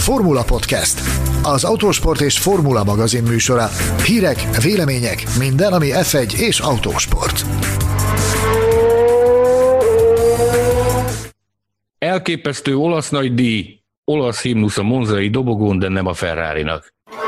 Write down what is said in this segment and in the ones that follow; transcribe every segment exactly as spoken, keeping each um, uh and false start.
Formula Podcast, az autósport és formula magazin műsora. Hírek, vélemények, minden, ami ef egy és autósport. Elképesztő olasz nagydíj, olasz himnusz a monzai dobogón, de nem a Ferrarinak.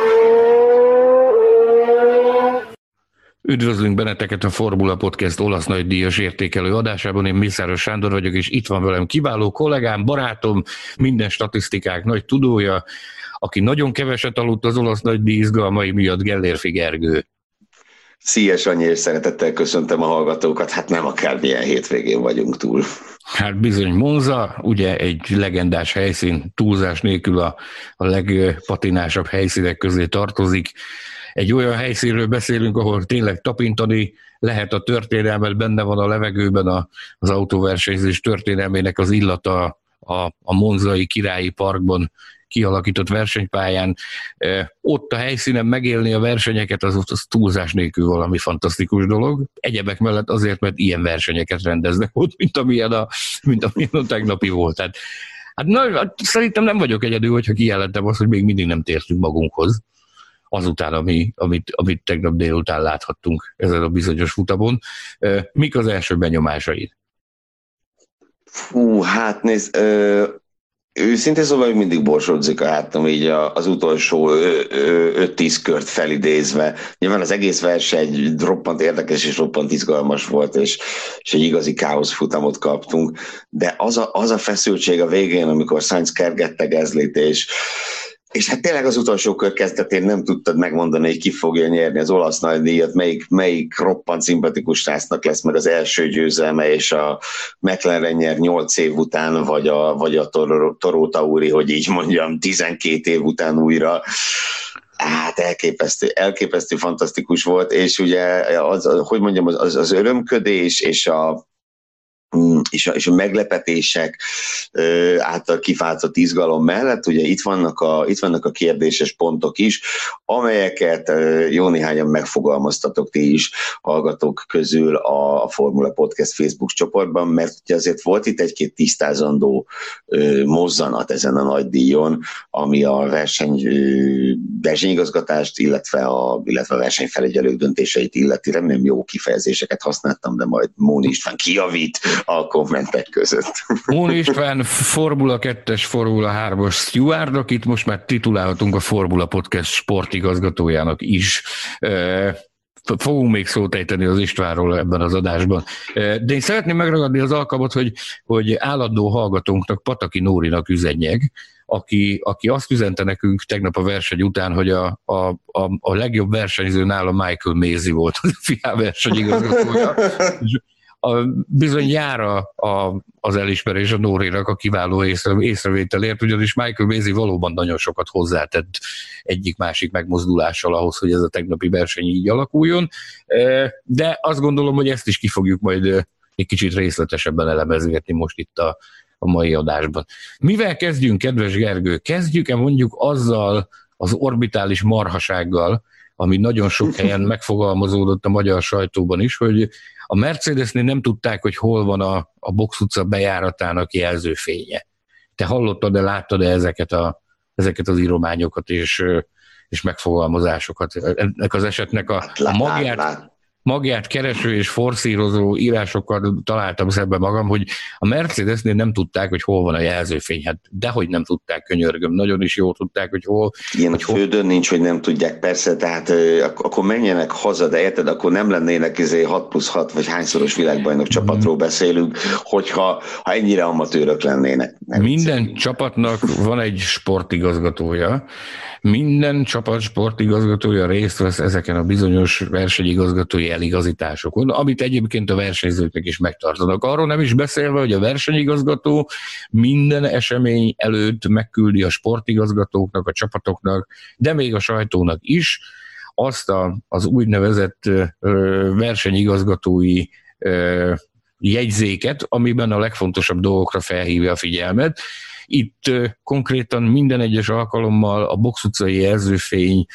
Üdvözlünk benneteket a Formula Podcast olasz nagydíjas értékelő adásában. Én Mészáros Sándor vagyok, és itt van velem kiváló kollégám, barátom, minden statisztikák nagy tudója, aki nagyon keveset aludt az olasz nagydíj izgalmai miatt, Gellérfi Gergő. Szia Sanyi, és szeretettel köszöntöm a hallgatókat, hát nem akármilyen hétvégén vagyunk túl. Hát bizony Monza, ugye egy legendás helyszín, túlzás nélkül a, a legpatinásabb helyszínek közé tartozik. Egy olyan helyszínről beszélünk, ahol tényleg tapintani lehet a történelmet, benne van a levegőben a, az autóversenyzés történelmének az illata a, a monzai királyi parkban kialakított versenypályán. E, ott a helyszínen megélni a versenyeket, az, az túlzás nélkül valami fantasztikus dolog. Egyebek mellett azért, mert ilyen versenyeket rendeznek ott, mint amilyen a, mint amilyen a tegnapi volt. Tehát, hát na, szerintem nem vagyok egyedül, hogyha kijelentem azt, hogy még mindig nem tértünk magunkhoz azután, ami, amit, amit tegnap délután láthattunk ezen a bizonyos futamon. E, mik az első benyomásaid? Fú, hát nézd, ö, őszintén szóval mindig borsodzik a hátam így az utolsó öt-tíz kört felidézve. Nyilván az egész verseny roppant érdekes és roppant izgalmas volt, és, és egy igazi káosz futamot kaptunk, de az a, az a feszültség a végén, amikor Sainz kergette Gaslyt, és És hát tényleg az utolsó kör kezdetén nem tudtad megmondani, hogy ki fogja nyerni az olasz nagydíjat, melyik, melyik roppant szimpatikus rásznak lesz meg az első győzelme, és a McLaren nyer nyolc év után, vagy a, vagy a Toro Tauri, hogy így mondjam, tizenkét év után újra. Hát elképesztő, elképesztő fantasztikus volt, és ugye az, hogy mondjam, az, az örömködés és a És a, és a meglepetések ö, által kiváltott izgalom mellett, ugye itt vannak a, itt vannak a kérdéses pontok is, amelyeket ö, jó néhányan megfogalmaztatok ti is hallgatók közül a, a Formula Podcast Facebook csoportban, mert ugye azért volt itt egy-két tisztázandó ö, mozzanat ezen a nagy díjon, ami a verseny, ö, versenyigazgatást, illetve a, illetve a versenyfelügyelők döntéseit illeti. Remélem jó kifejezéseket használtam, de majd Móni István kijavít a kommentek között. Móni István Formula kettes, Formula hármas steward, akit most már titulálhatunk a Formula Podcast sportigazgatójának is. Fogunk még szót ejteni az Istvánról ebben az adásban. De én szeretném megragadni az alkalmat, hogy, hogy állandó hallgatónknak, Pataki Nórinak üzenjek, aki, aki azt üzente nekünk tegnap a verseny után, hogy a, a, a, a legjobb versenyző nála Michael Masi volt, a FIA versenyigazgatója. A, bizony jár a, a, az elismerés a Nórinak a kiváló észre, észrevételért, ugyanis Michael Masi valóban nagyon sokat hozzátett egyik-másik megmozdulással ahhoz, hogy ez a tegnapi verseny így alakuljon, de azt gondolom, hogy ezt is ki fogjuk majd egy kicsit részletesebben elemezgetni most itt a, a mai adásban. Mivel kezdjünk, kedves Gergő? Kezdjük-e mondjuk azzal az orbitális marhasággal, ami nagyon sok helyen megfogalmazódott a magyar sajtóban is, hogy a Mercedesnél nem tudták, hogy hol van a, a Box utca bejáratának jelzőfénye. Te hallottad-e, láttad-e ezeket, a, ezeket az írományokat és, és megfogalmazásokat? Ennek az esetnek a, a magját, magját kereső és forszírozó írásokkal találtam szembe magam, hogy a Mercedesnél nem tudták, hogy hol van a jelzőfény. Hát dehogy nem tudták, könyörgöm. Nagyon is jól tudták, hogy hol. Ilyen hogy a földön hol... nincs, hogy nem tudják, persze, tehát euh, akkor menjenek haza, de érted, akkor nem lennének izé hat plusz hat, vagy hányszoros világbajnok csapatról beszélünk, hogyha ha ennyire amatőrök lennének. Minden viccelünk. Csapatnak van egy sportigazgatója, minden csapat sportigazgatója részt vesz ezeken a bizonyos versenyigazgatói eligazításokon, amit egyébként a versenyzőknek is megtartanak. Arról nem is beszélve, hogy a versenyigazgató minden esemény előtt megküldi a sportigazgatóknak, a csapatoknak, de még a sajtónak is azt a, az úgynevezett ö, versenyigazgatói ö, jegyzéket, amiben a legfontosabb dolgokra felhívja a figyelmet, Itt konkrétan minden egyes alkalommal a Box utcai jelzőfény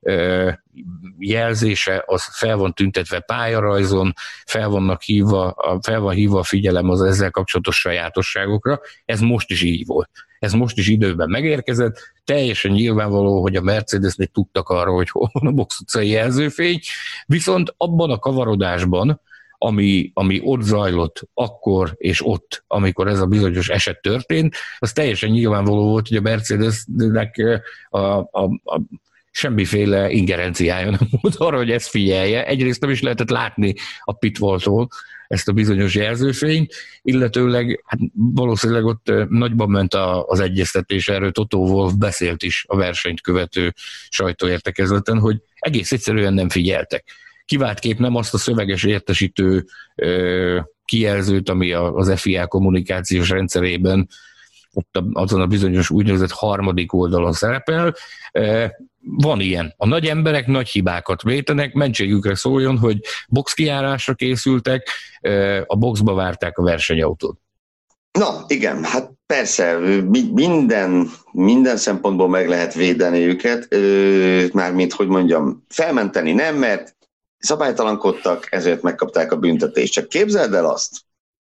jelzése az fel van tüntetve pályarajzon, fel, vannak hívva, fel van hívva a figyelem az ezzel kapcsolatos sajátosságokra. Ez most is így volt. Ez most is időben megérkezett. Teljesen nyilvánvaló, hogy a Mercedesnél tudtak arról, hogy hol van a Box utcai jelzőfény, viszont abban a kavarodásban, ami, ami ott zajlott akkor és ott, amikor ez a bizonyos eset történt, az teljesen nyilvánvaló volt, hogy a Mercedesnek a, a, a semmiféle ingerenciája nem volt arra, hogy ezt figyelje. Egyrészt nem is lehetett látni a pitwalltól ezt a bizonyos jelzőfényt, illetőleg hát valószínűleg ott nagyban ment a, az egyeztetés, erről Toto Wolff beszélt is a versenyt követő sajtóértekezleten, hogy egész egyszerűen nem figyeltek. Kiváltképp nem azt a szöveges értesítő ö, kijelzőt, ami a, az ef i á kommunikációs rendszerében ott azon a bizonyos úgynevezett harmadik oldalon szerepel. Van ilyen. A nagy emberek nagy hibákat vétenek, mentségükre szóljon, hogy boxkijárásra készültek, a boxba várták a versenyautót. Na, igen, hát persze, minden, minden szempontból meg lehet védeni őket, mármint, hogy mondjam, felmenteni nem, mert szabálytalankodtak, ezért megkapták a büntetést. Csak képzeld el azt,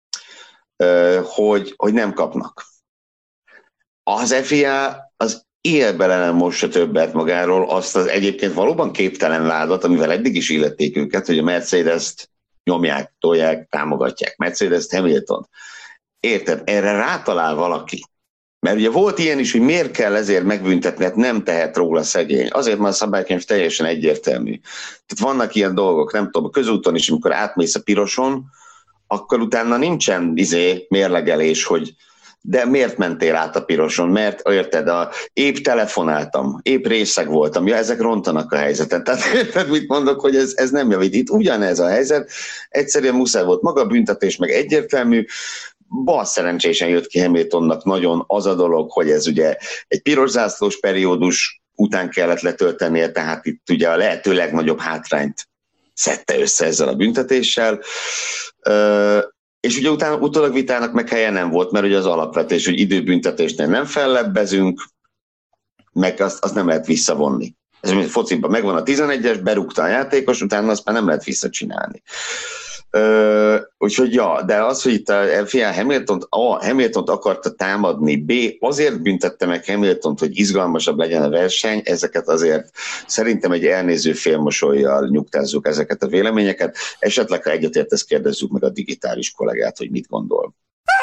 hogy, hogy nem kapnak. Az ef i á az élbe nem mossa többet magáról azt az egyébként valóban képtelen vádat, amivel eddig is illették őket, hogy a Mercedes-t nyomják, tolják, támogatják. Mercedes-t, Hamilton. Érted? Erre rátalál valaki. Mert ugye volt ilyen is, hogy miért kell ezért megbüntetni, hát nem tehet róla szegény. Azért már a szabálykönyv teljesen egyértelmű. Tehát vannak ilyen dolgok, nem tudom, a közúton is, amikor átmész a piroson, akkor utána nincsen izé mérlegelés, hogy de miért mentél át a piroson? Mert, érted, a, épp telefonáltam, épp részeg voltam, ja, ezek rontanak a helyzeten. Tehát érted, mit mondok, hogy ez, ez nem javít. Itt ugyanez a helyzet, egyszerűen muszáj volt maga a büntetés, meg egyértelmű, bal szerencsésen jött ki Hamiltonnak nagyon az a dolog, hogy ez ugye egy piros zászlós periódus után kellett letöltenie, tehát itt ugye a lehető legnagyobb hátrányt szedte össze ezzel a büntetéssel. És ugye utána utólag vitának meg helye nem volt, mert ugye az alapvetés, hogy időbüntetésnél nem fellebbezünk, meg azt, azt nem lehet visszavonni. Ez mint fociban megvan a tizenegyes, berúgta a játékos, utána azt már nem lehet visszacsinálni. Ö, úgyhogy ja, de az, hogy itt a ef i á Hamiltont, A, Hamiltont akarta támadni, B, azért büntette meg Hamiltont, hogy izgalmasabb legyen a verseny, ezeket azért szerintem egy elnéző félmosollyal nyugtázzuk ezeket a véleményeket, esetleg ha egyetértesz, kérdezzük meg a digitális kollégát, hogy mit gondol.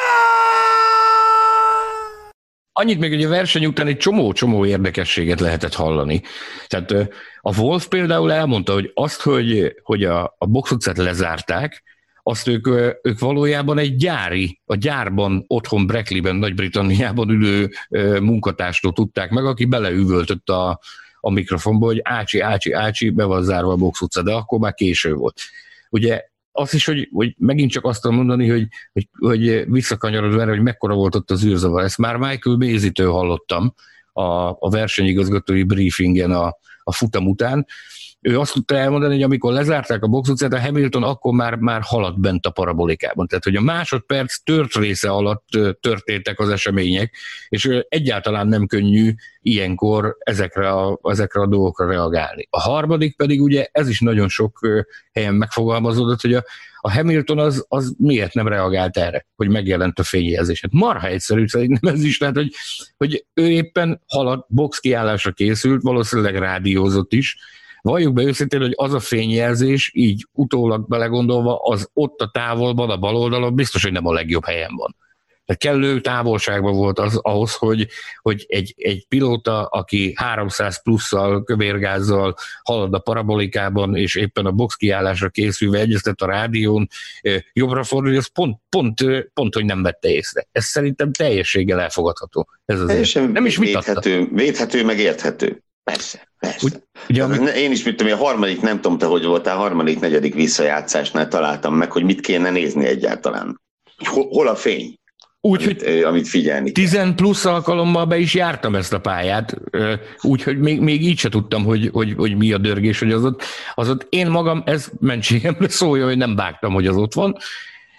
Annyit még, hogy a verseny után egy csomó-csomó érdekességet lehetett hallani. Tehát a Wolff például elmondta, hogy azt, hogy, hogy a, a Box utcát lezárták, azt ők, ők valójában egy gyári, a gyárban, otthon Brackleyben, Nagy-Britanniában ülő munkatárstól tudták meg, aki beleüvöltött a, a mikrofonba, hogy ácsi, ácsi, ácsi, be van zárva a Box utca, de akkor már késő volt. Ugye azt is, hogy, hogy megint csak azt mondani, hogy, hogy, hogy visszakanyarodva erre, hogy mekkora volt ott az űrzavar. Ezt már Michael Maisie-től hallottam a, a versenyigazgatói briefingen a, a futam után. Ő azt tudta elmondani, hogy amikor lezárták a Box utcát, a Hamilton akkor már, már haladt bent a parabolikában. Tehát, hogy a másodperc tört része alatt történtek az események, és egyáltalán nem könnyű ilyenkor ezekre a, ezekre a dolgokra reagálni. A harmadik pedig ugye ez is nagyon sok helyen megfogalmazódott, hogy a, a Hamilton az, az miért nem reagált erre, hogy megjelent a fényjelzés. Hát marha egyszerű, szerintem ez is lehet, hogy, hogy ő éppen haladt, box kiállásra készült, valószínűleg rádiózott is. Valljuk be őszintén, hogy az a fényjelzés, így utólag belegondolva, az ott a távolban, a bal oldalon biztos, hogy nem a legjobb helyen van. Tehát kellő távolságban volt az ahhoz, hogy, hogy egy, egy pilóta, aki háromszáz plusszal, kövérgázzal halad a parabolikában, és éppen a box kiállásra készülve egyeztet a rádión, jobbra fordul, az pont, pont, pont, hogy nem vette észre. Ez szerintem teljességgel elfogadható. Ez azért. Nem is védhető, védhető, meg érthető. Persze, persze. Úgy, ugye, amit... Én is mit tudom, a harmadik, nem tudom te, hogy voltál, a harmadik, negyedik visszajátszásnál találtam meg, hogy mit kéne nézni egyáltalán. Hol, hol a fény? Úgy, amit, hogy amit figyelni kell. Tizen plusz alkalommal be is jártam ezt a pályát, úgyhogy még, még így se tudtam, hogy, hogy, hogy mi a dörgés, hogy az ott, az ott én magam, ez mentségemre szólja, hogy nem vágtam, hogy az ott van,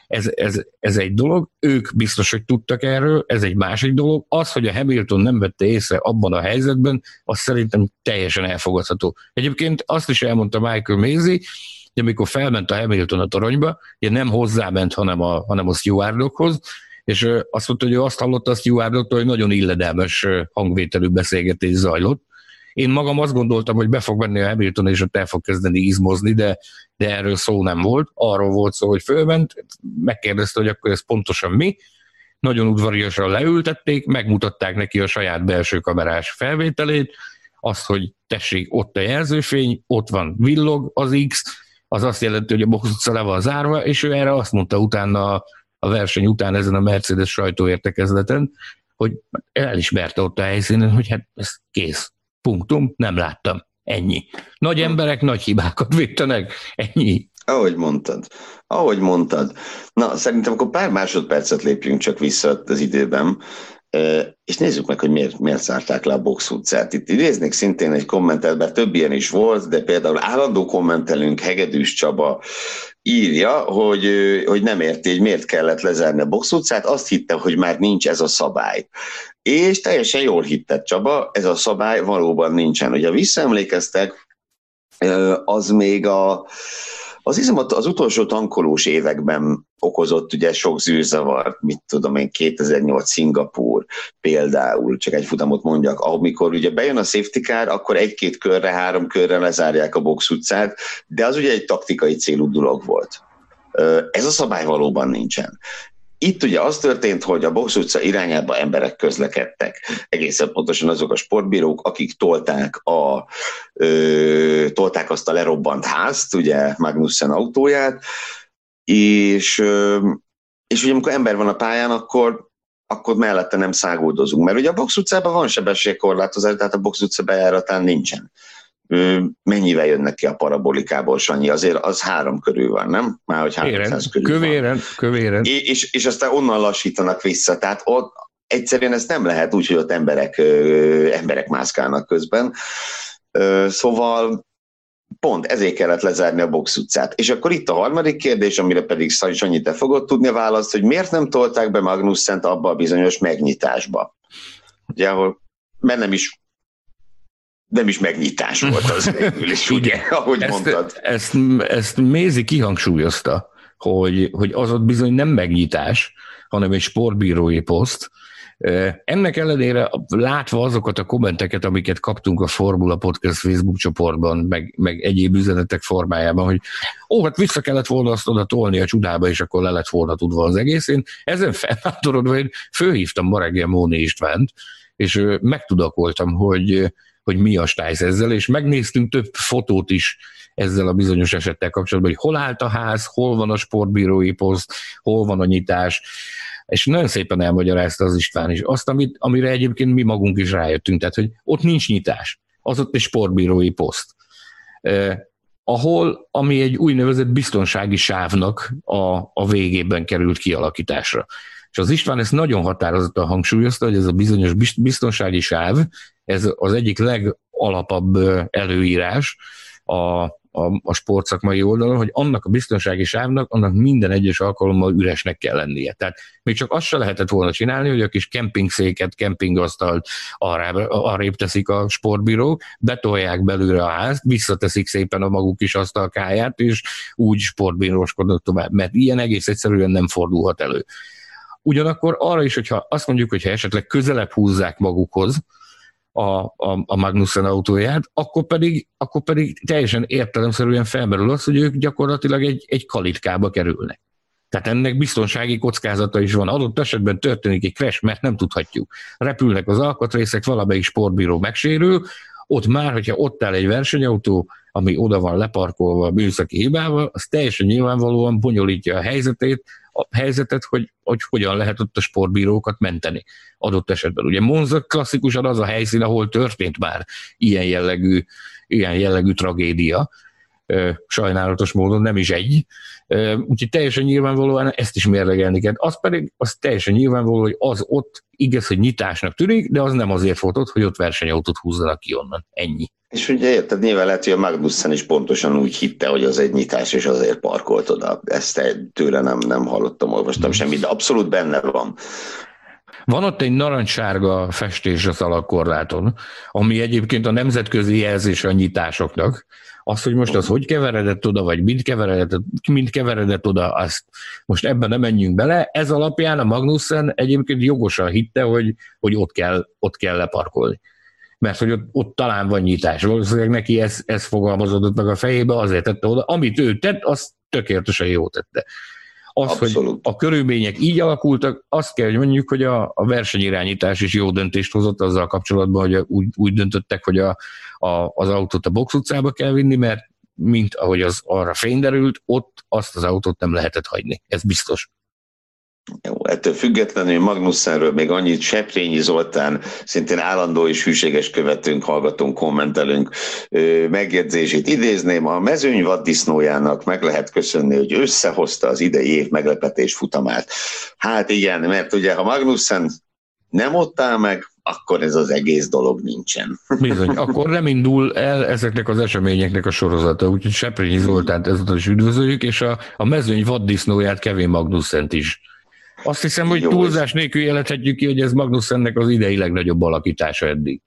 Ez, ez, ez egy dolog, ők biztos, hogy tudtak erről, ez egy másik dolog. Az, hogy a Hamilton nem vette észre abban a helyzetben, az szerintem teljesen elfogadható. Egyébként azt is elmondta Michael Maisie, hogy amikor felment a Hamilton a toronyba, ugye nem hozzáment, hanem a, hanem a stewardokhoz, és azt mondta, hogy ő azt hallotta a stewardoktól, hogy nagyon illedelmes hangvételű beszélgetés zajlott. Én magam azt gondoltam, hogy be fog menni a Hamilton, és ott el fog kezdeni izmozni, de, de erről szó nem volt. Arról volt szó, hogy fölment, megkérdezte, hogy akkor ez pontosan mi. Nagyon udvariasan leültették, megmutatták neki a saját belső kamerás felvételét, azt, hogy tessék, ott a jelzőfény, ott van, villog az X, az azt jelenti, hogy a box utca le van zárva, és ő erre azt mondta utána a verseny után ezen a Mercedes sajtóértekezleten, hogy elismerte ott a helyszínen, hogy hát ez kész. Punktum, nem láttam. Ennyi. Nagy emberek nagy hibákat védtenek. Ennyi. Ahogy mondtad. Ahogy mondtad. Na, szerintem akkor pár másodpercet lépjünk csak vissza az időben, és nézzük meg, hogy miért, miért zárták le a box utcát. Itt idéznék szintén egy kommentet, bár több ilyen is volt, de például állandó kommentelünk Hegedűs Csaba írja, hogy, hogy nem érti, hogy miért kellett lezárni a box utcát, azt hitte, hogy már nincs ez a szabály. És teljesen jól hittett Csaba, ez a szabály valóban nincsen. Ugye visszaemlékeztek, az még a Az hiszem, az utolsó tankolós években okozott ugye sok zűrzavart, mit tudom én, kétezer-nyolc Szingapúr például, csak egy futamot mondjak, amikor ugye bejön a safety car, akkor egy-két körre, három körre lezárják a box utcát, de az ugye egy taktikai célú dolog volt. Ez a szabály valóban nincsen. Itt ugye az történt, hogy a box utca irányába emberek közlekedtek. Egészen pontosan azok a sportbírók, akik tolták, a, ö, tolták azt a lerobbant házt, ugye Magnussen autóját, és, ö, és ugye amikor ember van a pályán, akkor, akkor mellette nem száguldozunk. Mert ugye a box utcában van sebességkorlátozás, tehát a box utca bejáratán nincsen. Mennyivel jönnek ki a parabolikából, Sanyi? Azért az három körül van, nem? Már hogy háromszáz körül kövéren, van. Kövéren. És, és, és aztán onnan lassítanak vissza. Tehát ott egyszerűen ez nem lehet úgy, hogy ott emberek, ö, emberek mászkálnak közben. Ö, szóval pont ezért kellett lezárni a box utcát. És akkor itt a harmadik kérdés, amire pedig Sanyi, te fogod tudni a választ, hogy miért nem tolták be Magnussent abba a bizonyos megnyitásba? Ugye, ahol mert nem is nem is megnyitás volt az végül is, ugye, ahogy ezt, mondtad. Ezt, ezt Maisie kihangsúlyozta, hogy, hogy az ott bizony nem megnyitás, hanem egy sportbírói poszt. Ennek ellenére látva azokat a kommenteket, amiket kaptunk a Formula Podcast Facebook csoportban, meg, meg egyéb üzenetek formájában, hogy ó, hát vissza kellett volna azt oda tolni a csudába, és akkor le lett volna tudva az egész. Én ezen felhátorodva én fölhívtam ma reggel Móni Istvánt, és megtudakoltam, hogy hogy mi a stájsz ezzel, és megnéztünk több fotót is ezzel a bizonyos esettel kapcsolatban, hogy hol állt a ház, hol van a sportbírói poszt, hol van a nyitás, és nagyon szépen elmagyarázta az István is azt, amit, amire egyébként mi magunk is rájöttünk, tehát, hogy ott nincs nyitás, az ott egy sportbírói poszt, eh, ahol, ami egy úgynevezett biztonsági sávnak a, a végében került kialakításra. És az István ezt nagyon határozottan hangsúlyozta, hogy ez a bizonyos biztonsági sáv, ez az egyik legalapabb előírás a, a, a sportszakmai oldalon, hogy annak a biztonsági sávnak, annak minden egyes alkalommal üresnek kell lennie. Tehát még csak azt se lehetett volna csinálni, hogy a kis kempingszéket, kempingasztalt arrébb teszik a sportbírók, betolják belőle a házt, visszateszik szépen a maguk kis asztalkáját, és úgy sportbíróskodnak tovább, mert ilyen egész egyszerűen nem fordulhat elő. Ugyanakkor arra is, hogyha azt mondjuk, hogyha esetleg közelebb húzzák magukhoz a, a, a Magnussen autóját, akkor pedig, akkor pedig teljesen értelemszerűen felmerül az, hogy ők gyakorlatilag egy, egy kalitkába kerülnek. Tehát ennek biztonsági kockázata is van. Adott esetben történik egy crash, mert nem tudhatjuk. Repülnek az alkatrészek, valamelyik sportbíró megsérül, ott már, hogyha ott áll egy versenyautó, ami oda van leparkolva a műszaki hibával, az teljesen nyilvánvalóan bonyolítja a helyzetét, a helyzetet, hogy, hogy hogyan lehet ott a sportbírókat menteni adott esetben. Ugye Monza klasszikusan az a helyszín, ahol történt már ilyen jellegű, ilyen jellegű tragédia, sajnálatos módon, nem is egy. Úgyhogy teljesen nyilvánvalóan ezt is mérlegelni kell. Az pedig az teljesen nyilvánvaló, hogy az ott igaz, hogy nyitásnak tűnik, de az nem azért volt ott, hogy ott versenyautót húzzanak ki onnan. Ennyi. És ugye érted, nyilván lehet, hogy a Magnussen is pontosan úgy hitte, hogy az egy nyitás, és azért parkolt oda. Ezt tőle nem, nem hallottam, olvastam semmit, de abszolút benne van. Van ott egy narancssárga festés a szalagkorláton, ami egyébként a nemzetközi jelzés a nyitásoknak. Az, hogy most az hogy keveredett oda, vagy mind keveredett, mind keveredett oda, azt most ebben nem menjünk bele. Ez alapján a Magnussen egyébként jogosan hitte, hogy, hogy ott, kell, ott kell leparkolni. Mert hogy ott, ott talán van nyitás. Valószínűleg neki ez, ez fogalmazódott meg a fejébe, azért tette oda. Amit ő tett, az tökéletesen jó tette. Az, Abszolút. Hogy a körülmények így alakultak, azt kell, hogy mondjuk, hogy a, a versenyirányítás is jó döntést hozott azzal kapcsolatban, hogy úgy, úgy döntöttek, hogy a, a, az autót a box utcába kell vinni, mert mint ahogy az arra fényderült, ott azt az autót nem lehetett hagyni. Ez biztos. Jó, ettől függetlenül Magnussenről még annyit, Seprényi Zoltán, szintén állandó és hűséges követőnk, hallgatónk, kommentelünk megjegyzését idézném. A mezőny vaddisznójának meg lehet köszönni, hogy összehozta az idei év meglepetés futamát. Hát igen, mert ugye ha Magnussen nem ott áll meg, akkor ez az egész dolog nincsen. Bizony, akkor nem indul el ezeknek az eseményeknek a sorozata, úgyhogy Seprényi Zoltánt ezúttal is üdvözöljük, és a, a mezőny vaddisznóját, Kevin Magnussent is. Azt hiszem, hogy jó, túlzás nélkül jelenthetjük ki, hogy ez Magnussennek az idei legnagyobb alakítása eddig.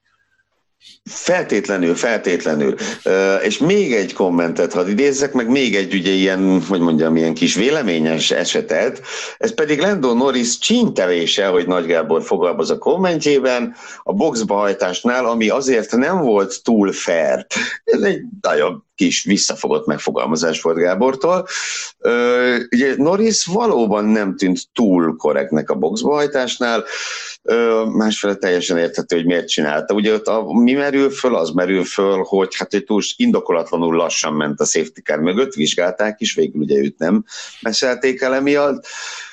Feltétlenül, feltétlenül. Uh, és még egy kommentet hadd idézzek, meg még egy ugye ilyen, hogy mondjam, ilyen kis véleményes esetet, ez pedig Lando Norris csíntevése, hogy Nagy Gábor fogalmaz a kommentjében, a boxba hajtásnál, ami azért nem volt túl fair. Ez egy nagyon kis visszafogott megfogalmazás volt Gábortól. Uh, ugye Norris valóban nem tűnt túl korrektnek a boxba hajtásnál, uh, másféle teljesen érthető, hogy miért csinálta. Ugye ott a, mi merül föl, az merül föl, hogy hát egy túl indokolatlanul lassan ment a safety car mögött, vizsgálták is, végül ugye őt nem mesélték el emiatt.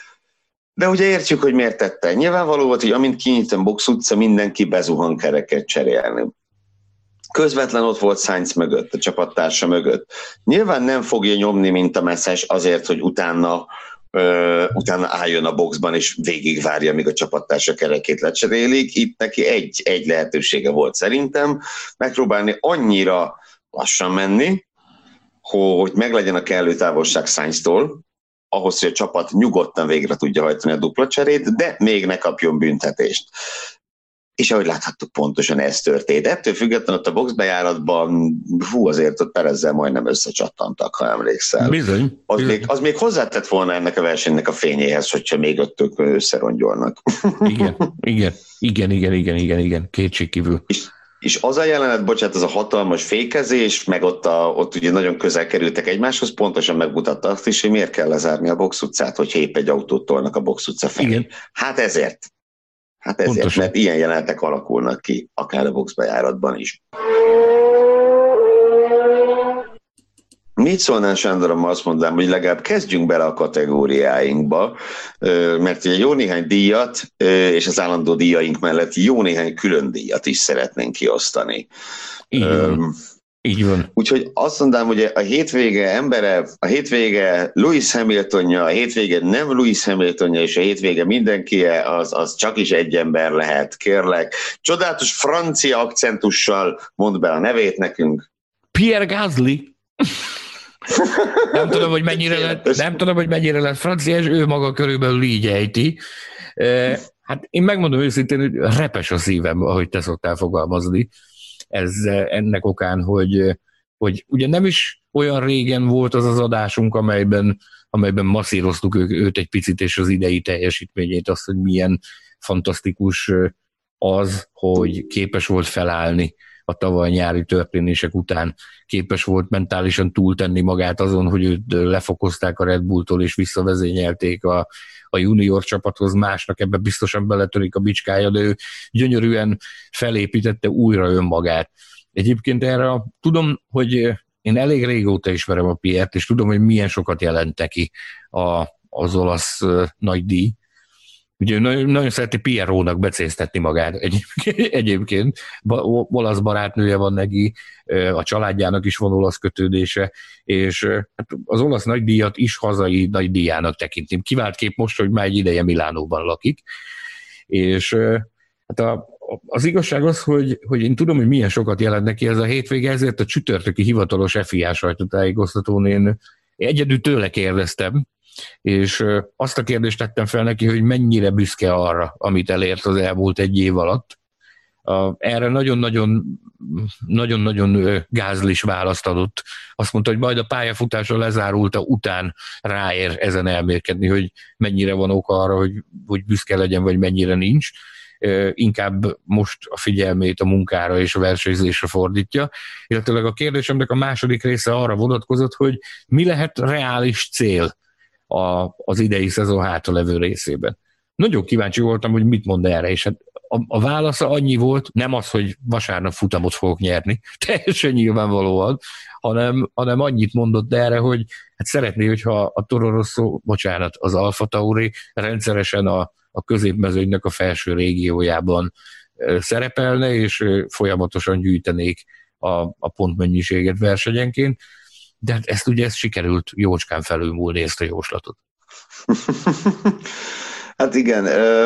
De ugye értjük, hogy miért tette. Nyilvánvaló volt, hogy amint kinyitom box utca, mindenki bezuhan kereket cserélni. Közvetlen ott volt Sainz mögött, a csapattársa mögött. Nyilván nem fogja nyomni, mint a messzes azért, hogy utána, ö, utána álljon a boxban, és végigvárja, míg a csapattársa kerekét lecserélik. Itt neki egy, egy lehetősége volt szerintem, megpróbálni annyira lassan menni, hogy meglegyen a kellő távolság Sainztól, ahhoz, hogy a csapat nyugodtan végre tudja hajtani a dupla cserét, de még ne kapjon büntetést. És ahogy láthattuk, pontosan ez történt. Ettől függetlenül ott a boxbejáratban, hú, azért ott Perezzel majdnem összecsattantak, ha emlékszel. Bizony. Az, bizony. Még, az még hozzátett volna ennek a versenynek a fényéhez, hogyha még ott ők összerongyolnak. Igen, igen, igen, igen, igen, igen, igen, kétségkívül. És, és az a jelenet, bocsánat, az a hatalmas fékezés, meg ott, a, ott ugye nagyon közel kerültek egymáshoz, pontosan megmutatta azt is, hogy miért kell lezárni a box utcát, hogyha épp egy autót tolnak a box utca felé. Igen. Hát ezért. Hát ezért, pontosan. Mert ilyen jelenetek alakulnak ki, akár a boxbejáratban is. Mit szólnál, Sándorom, azt mondanám, hogy legalább kezdjünk bele a kategóriáinkba, mert ugye jó néhány díjat, és az állandó díjaink mellett jó néhány külön díjat is szeretnénk kiosztani. Igen. Így van. Úgyhogy azt mondanám, hogy a hétvége embere, a hétvége Lewis Hamiltonja, a hétvége nem Lewis Hamiltonja, és a hétvége mindenkie, az, az csak is egy ember lehet, kérlek. Csodálatos francia akcentussal mondd be a nevét nekünk. Pierre Gasly. nem tudom, hogy mennyire lett, nem tudom, hogy mennyire lett francia, és ő maga körülbelül így ejti. Hát én megmondom őszintén, hogy repes a szívem, ahogy te szoktál fogalmazni. Ez ennek okán, hogy, hogy ugye nem is olyan régen volt az az adásunk, amelyben, amelyben masszíroztuk őt egy picit, és az idei teljesítményét, azt, hogy milyen fantasztikus az, hogy képes volt felállni a tavaly nyári történések után, képes volt mentálisan túltenni magát azon, hogy őt lefokozták a Red Bulltól, és visszavezényelték a, a junior csapathoz, másnak ebbe biztosan beletörik a bicskája, de ő gyönyörűen felépítette újra önmagát. Egyébként erre tudom, hogy én elég régóta ismerem a Piert, és tudom, hogy milyen sokat jelent neki a, az olasz nagy díj, Ugye nagyon, nagyon szereti Pierrónak becéztetni magát egyébként. Olasz barátnője van neki, a családjának is van olasz kötődése, és az olasz nagydíjat is hazai nagydíjának tekintem. Kivált kép most, hogy már egy ideje Milánóban lakik, és hát a, az igazság az, hogy, hogy én tudom, hogy milyen sokat jelent neki ez a hétvége, ezért a csütörtöki hivatalos ef i á sajtótájékoztatón én egyedül tőle kérdeztem, és azt a kérdést tettem fel neki, hogy mennyire büszke arra, amit elért az elmúlt egy év alatt. Erre nagyon-nagyon nagyon-nagyon gázlis választ adott. Azt mondta, hogy majd a pályafutása lezárulta után ráér ezen elmélkedni, hogy mennyire van oka arra, hogy, hogy büszke legyen, vagy mennyire nincs. Inkább most a figyelmét a munkára és a versenyzésre fordítja. Illetőleg a kérdésemnek a második része arra vonatkozott, hogy mi lehet reális cél a, az idei szezon hátralevő részében. Nagyon kíváncsi voltam, hogy mit mond erre, és hát a, a válasza annyi volt, nem az, hogy vasárnap futamot fogok nyerni, teljesen nyilvánvalóan, hanem, hanem annyit mondott erre, hogy hát szeretné, hogyha a Toro Rosso, bocsánat, az Alfa Tauri rendszeresen a, a középmezőnynek a felső régiójában szerepelne, és folyamatosan gyűjtenék a, a pontmennyiséget versenyenként, de hát ezt ugye ezt sikerült jócskán felülmúlni, ezt a jóslatot. Hát igen,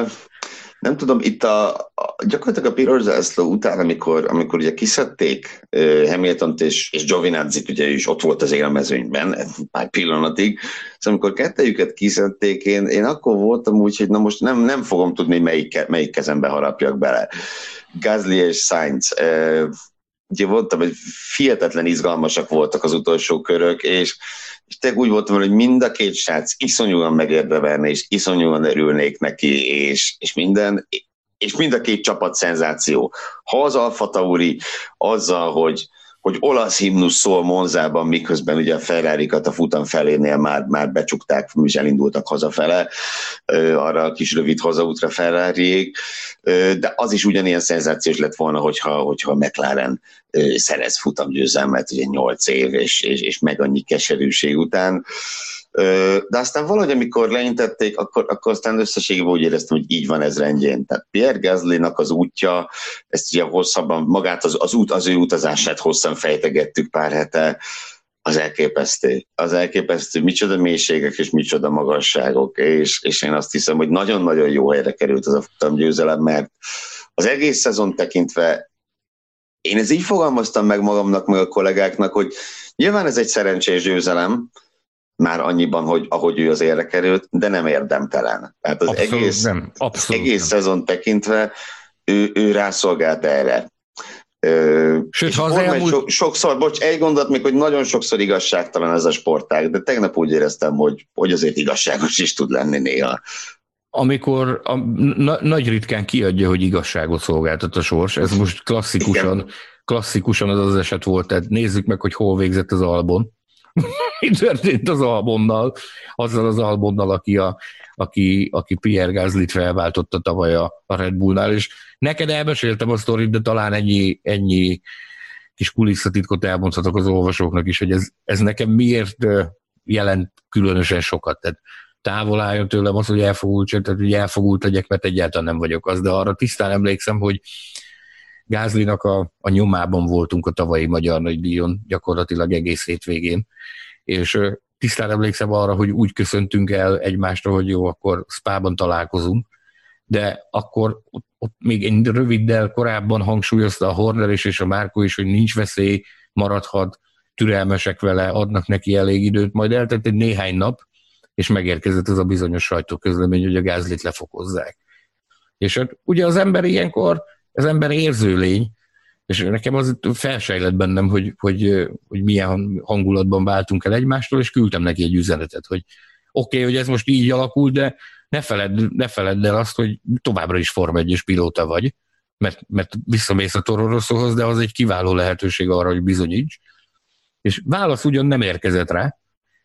nem tudom, itt a, a gyakorlatilag a piros zászló után, amikor, amikor ugye kiszedték Hamiltont és, és Giovinazzi-t, ugye is ott volt az élmezőnyben pár pillanatig, szóval amikor kettejüket kiszedték, én, én akkor voltam úgy, hogy na most nem, nem fogom tudni, melyik, melyik kezembe harapjak bele. Gasly és Sainz, ugye voltam, hogy hihetetlen izgalmasak voltak az utolsó körök, és és tényleg úgy voltam, hogy mind a két srác iszonyúan megérdemelne, és iszonyúan örülnék neki, és, és minden, és mind a két csapat szenzáció. Ha az Alfa Tauri azzal, hogy, hogy olasz himnusz szól Monzában, miközben ugye a Ferrarikat a futam felénél már, már becsukták, és elindultak hazafele, arra a kis rövid hazaútra Ferrariék, de az is ugyanilyen szenzációs lett volna, hogyha, hogyha McLaren szerez futamgyőzelmet, ugye nyolc év, és, és, és meg annyi keserűség után. De aztán valahogy, amikor leintették, akkor, akkor aztán összességében úgy éreztem, hogy így van ez rendjén. Tehát Pierre Gaslynak az útja, ezt ugye hosszabban, magát az, az, út, az ő utazását hosszan fejtegettük pár hete, az elképesztő. Az elképesztő, micsoda mélységek és micsoda magasságok, és, és én azt hiszem, hogy nagyon-nagyon jó helyre került az a futamgyőzelem, mert az egész szezon tekintve én ez így fogalmaztam meg magamnak, meg a kollégáknak, hogy nyilván ez egy szerencsés győzelem, már annyiban, hogy ahogy ő az érre került, de nem érdemtelen. Tehát az abszolút egész, nem. Abszolút egész nem. Szezon tekintve ő, ő rászolgált erre. Sőt, ha az elmúlt... so, sokszor, bocs, egy gondot még, hogy nagyon sokszor igazságtalan ez a sportág, de tegnap úgy éreztem, hogy, hogy azért igazságos is tud lenni néha. Amikor a, na, nagy ritkán kiadja, hogy igazságot szolgáltat a sors, ez most klasszikusan, klasszikusan az az eset volt, tehát nézzük meg, hogy hol végzett az Albon. Mi történt az Albonnal, azzal az Albonnal, aki, a, aki, aki Pierre Gaslyt felváltotta tavaly a, a Red Bullnál, és neked elmeséltem a sztorit, de talán ennyi, ennyi kis kulisszatitkot elmondhatok az olvasóknak is, hogy ez, ez nekem miért jelent különösen sokat. Tehát távol álljon tőlem az, hogy elfogult, tehát hogy elfogult legyek, mert egyáltalán nem vagyok az, de arra tisztán emlékszem, hogy Gaslynak a, a nyomában voltunk a tavalyi Magyar Nagydíjon gyakorlatilag egész hétvégén, és tisztán emlékszem arra, hogy úgy köszöntünk el egymásra, hogy jó, akkor Spában találkozunk, de akkor ott, ott még egy röviddel korábban hangsúlyozta a Horner is és a Márko is, hogy nincs veszély, maradhat, türelmesek vele, adnak neki elég időt, majd eltett egy néhány nap, és megérkezett az a bizonyos sajtóközlemény, hogy a Gaslyt lefokozzák. És hát ugye az ember ilyenkor, az ember érző lény, és nekem az felsejlett bennem, hogy, hogy, hogy milyen hangulatban váltunk el egymástól, és küldtem neki egy üzenetet, hogy oké, okay, hogy ez most így alakul, de ne feledd, ne feledd el azt, hogy továbbra is Forma egyes pilóta vagy, mert, mert visszamész a Toro Rossohoz, de az egy kiváló lehetőség arra, hogy bizonyíts. És válasz ugyan nem érkezett rá,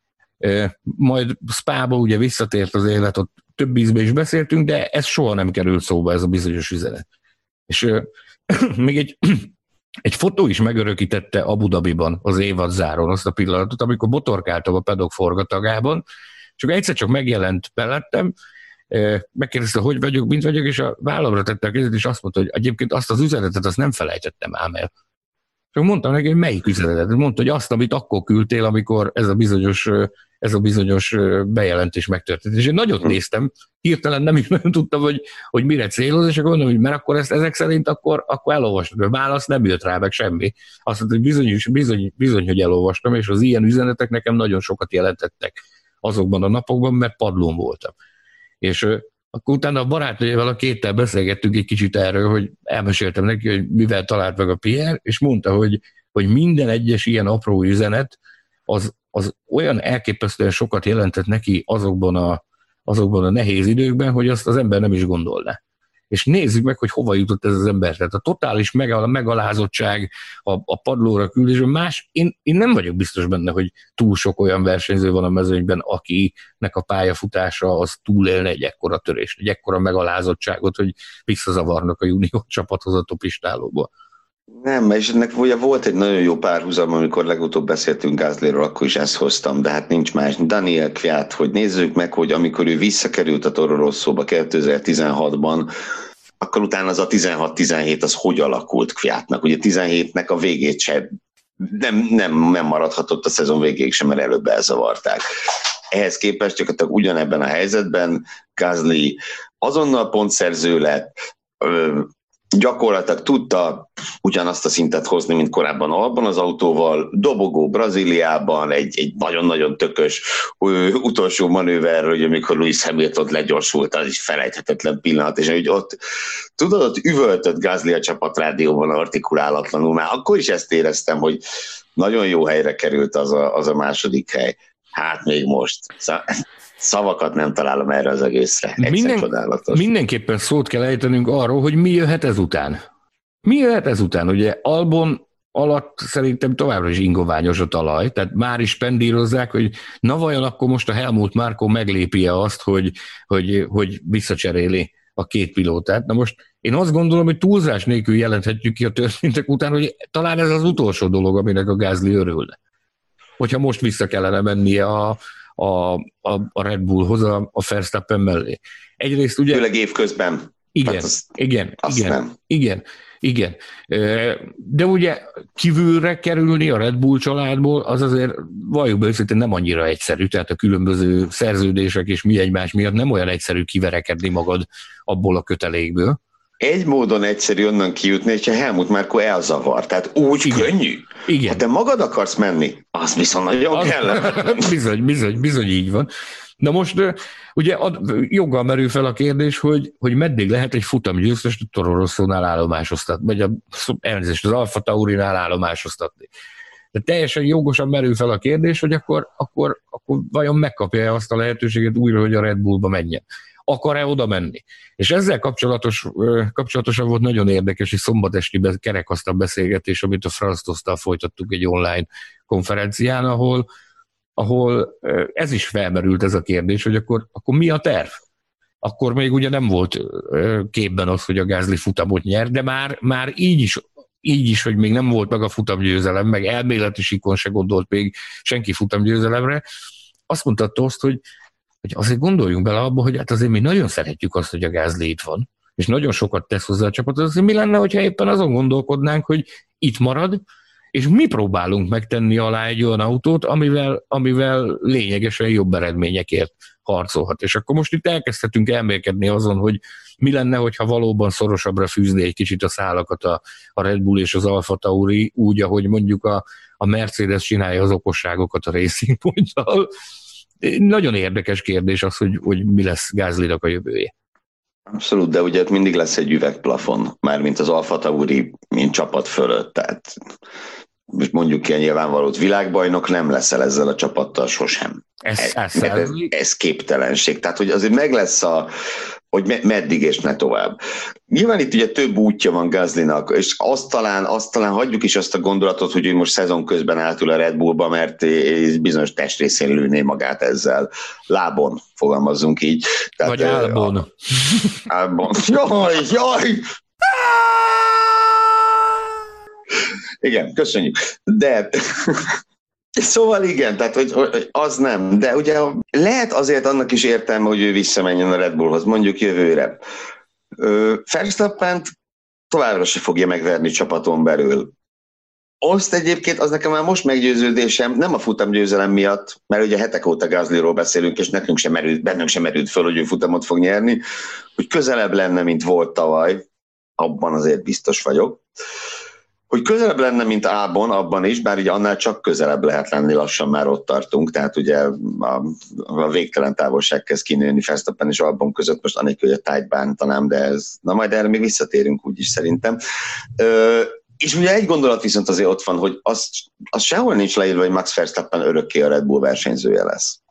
majd Spába ugye visszatért az élet, ott több ízben is beszéltünk, de ez soha nem került szóba, ez a bizonyos üzenet. És euh, még egy, egy fotó is megörökítette Abu Dhabiban az évad záron azt a pillanatot, amikor botorkáltam a pedok forgatagában, csak egyszer csak megjelent mellettem, megkérdezte, hogy vagyok, mint vagyok, és a vállamra tette a kezét, és azt mondta, hogy egyébként azt az üzenetet azt nem felejtettem ám el. És mondtam neki, hogy melyik üzenetet. Mondta, hogy azt, amit akkor küldtél, amikor ez a bizonyos, ez a bizonyos bejelentés megtörtént. És én nagyot néztem, hirtelen nem is nagyon tudtam, hogy, hogy mire céloz, és akkor mondom, hogy mert akkor ezt ezek szerint akkor, akkor elolvastam. A válasz nem jött rá, meg semmi. Azt mondta, hogy bizony, bizony, bizony, hogy elolvastam, és az ilyen üzenetek nekem nagyon sokat jelentettek azokban a napokban, mert padlón voltam. És akkor utána a barátnőjével a kéttel beszélgettünk egy kicsit erről, hogy elmeséltem neki, hogy mivel talált meg a Pierre, és mondta, hogy, hogy minden egyes ilyen apró üzenet az, az olyan elképesztően sokat jelentett neki azokban a, azokban a nehéz időkben, hogy azt az ember nem is gondolná. És nézzük meg, hogy hova jutott ez az ember. Tehát a totális megalázottság, a, a padlóra küldés, más, én, én nem vagyok biztos benne, hogy túl sok olyan versenyző van a mezőnyben, akinek a pályafutása az túlélne egy ekkora törést, egy ekkora megalázottságot, hogy visszazavarnak a junior csapathoz a topistálóba. Nem, és ennek ugye volt egy nagyon jó párhuzam, amikor legutóbb beszéltünk Gaslyről, akkor is ezt hoztam, de hát nincs más. Daniel Kvyat, hogy nézzük meg, hogy amikor ő visszakerült a Toro Rossóba kétezer-tizenhatban, akkor utána az a tizenhat tizenhét az hogy alakult Kvyatnak? Ugye tizenhétnek a végét sem, nem, nem, nem maradhatott a szezon végéig sem, mert előbb elzavarták. Ehhez képest gyakorlatilag ugyanebben a helyzetben Gasly azonnal pontszerző lett, gyakorlatilag tudta ugyanazt a szintet hozni, mint korábban abban az autóval, dobogó Brazíliában, egy, egy nagyon-nagyon tökös ö, utolsó manőver, hogy amikor Lewis Hamilton legyorsult, az is felejthetetlen pillanat, és hogy ott, tudod, ott üvöltött Gasly a csapatrádióban artikulálatlanul, már akkor is ezt éreztem, hogy nagyon jó helyre került az a, az a második hely. Hát még most. Szavakat nem találom erre az egészre. Minden, mindenképpen szót kell ejtenünk arról, hogy mi jöhet ezután. Mi jöhet ezután? Ugye Albon alatt szerintem továbbra is ingoványos a talaj, tehát már is pendírozzák, hogy na vajon akkor most a Helmut Marko meglépi-e azt, hogy, hogy, hogy visszacseréli a két pilótát. Na most én azt gondolom, hogy túlzás nélkül jelenthetjük ki a történtek után, hogy talán ez az utolsó dolog, aminek a Gasly örülne. Hogyha most vissza kellene mennie a A, a, a Red Bullhoz, a, a Verstappen mellé. Egyrészt ugye... Főleg évközben. Igen, hát az, igen, igen, igen, igen. De ugye kívülre kerülni a Red Bull családból, az azért valljuk be őszintén nem annyira egyszerű, tehát a különböző szerződések és mi egymás miatt nem olyan egyszerű kiverekedni magad abból a kötelékből. Egy módon egyszerű onnan kijutni, hogyha Helmut Marko elzavar. Tehát úgy igen. Könnyű. Igen. Ha te magad akarsz menni, az viszont nagyon az... kellene. bizony, bizony, bizony így van. Na most ugye joggal merül fel a kérdés, hogy, hogy meddig lehet egy futamgyőztest a Toro Rossónál állomásoztatni, vagy a, elnézést, az Alfa Taurinál állomásoztatni. De teljesen jogosan merül fel a kérdés, hogy akkor, akkor, akkor vajon megkapja azt a lehetőséget újra, hogy a Red Bullba menjen. Akar-e oda menni? És ezzel kapcsolatos, kapcsolatosan volt nagyon érdekes egy szombatesti kerekasztal beszélgetés, amit a Franz Tosztal folytattuk egy online konferencián, ahol, ahol ez is felmerült ez a kérdés, hogy akkor, akkor mi a terv? Akkor még ugye nem volt képben az, hogy a Gasly futamot nyer, de már, már így is így is, hogy még nem volt meg a futamgyőzelem, meg elméleti síkon se gondolt még senki futamgyőzelemre, azt mondta Toszt, hogy hogy azért gondoljunk bele abba, hogy hát azért mi nagyon szeretjük azt, hogy a Gasly itt van, és nagyon sokat tesz hozzá a csapat, azért mi lenne, hogyha éppen azon gondolkodnánk, hogy itt marad, és mi próbálunk megtenni alá egy olyan autót, amivel, amivel lényegesen jobb eredményekért harcolhat. És akkor most itt elkezdhetünk elmélkedni azon, hogy mi lenne, hogyha valóban szorosabbra fűzni egy kicsit a szálakat a, a Red Bull és az Alfa Tauri, úgy, ahogy mondjuk a, a Mercedes csinálja az okosságokat a Racing Point-tal. Nagyon érdekes kérdés az, hogy, hogy mi lesz Gaslynak a jövője. Abszolút, de ugye mindig lesz egy üvegplafon, mármint az Alfa Tauri, mint csapat fölött, tehát most mondjuk ki a nyilvánvalót, világbajnok nem leszel ezzel a csapattal sosem. Ez, ez, ez, ez képtelenség, tehát hogy azért meg lesz a, hogy meddig és ne tovább. Nyilván itt ugye több útja van Gaslynak, és azt talán, azt talán hagyjuk is azt a gondolatot, hogy ő most szezon közben átül a Red Bullba, mert bizonyos testrészén lőné magát ezzel. Lábon, fogalmazzunk így. Tehát, vagy álbon. Álbon. Jaj, jaj! Igen, köszönjük. De Szóval igen, tehát hogy, hogy az nem, de ugye lehet azért annak is értelme, hogy ő visszamenjen a Red Bullhoz, mondjuk jövőre. Verstappent továbbra se fogja megverni csapaton belül. Azt egyébként, az nekem már most meggyőződésem, nem a futamgyőzelem miatt, mert ugye hetek óta Gaslyról beszélünk, és nekünk sem merült, bennünk sem merült föl, hogy ő futamot fog nyerni, hogy közelebb lenne, mint volt tavaly, abban azért biztos vagyok. Hogy közelebb lenne, mint Albon, abban is, bár ugye annál csak közelebb lehet lenni, lassan már ott tartunk, tehát ugye a, a végtelen távolság kezd kinőni Verstappen és Albon között, most anélkül, hogy a tájt bántanám, de ez, na majd erre még visszatérünk úgyis szerintem. Ö, és ugye egy gondolat viszont azért ott van, hogy az, az sehol nincs leírva, hogy Max Verstappen örökké a Red Bull versenyzője lesz.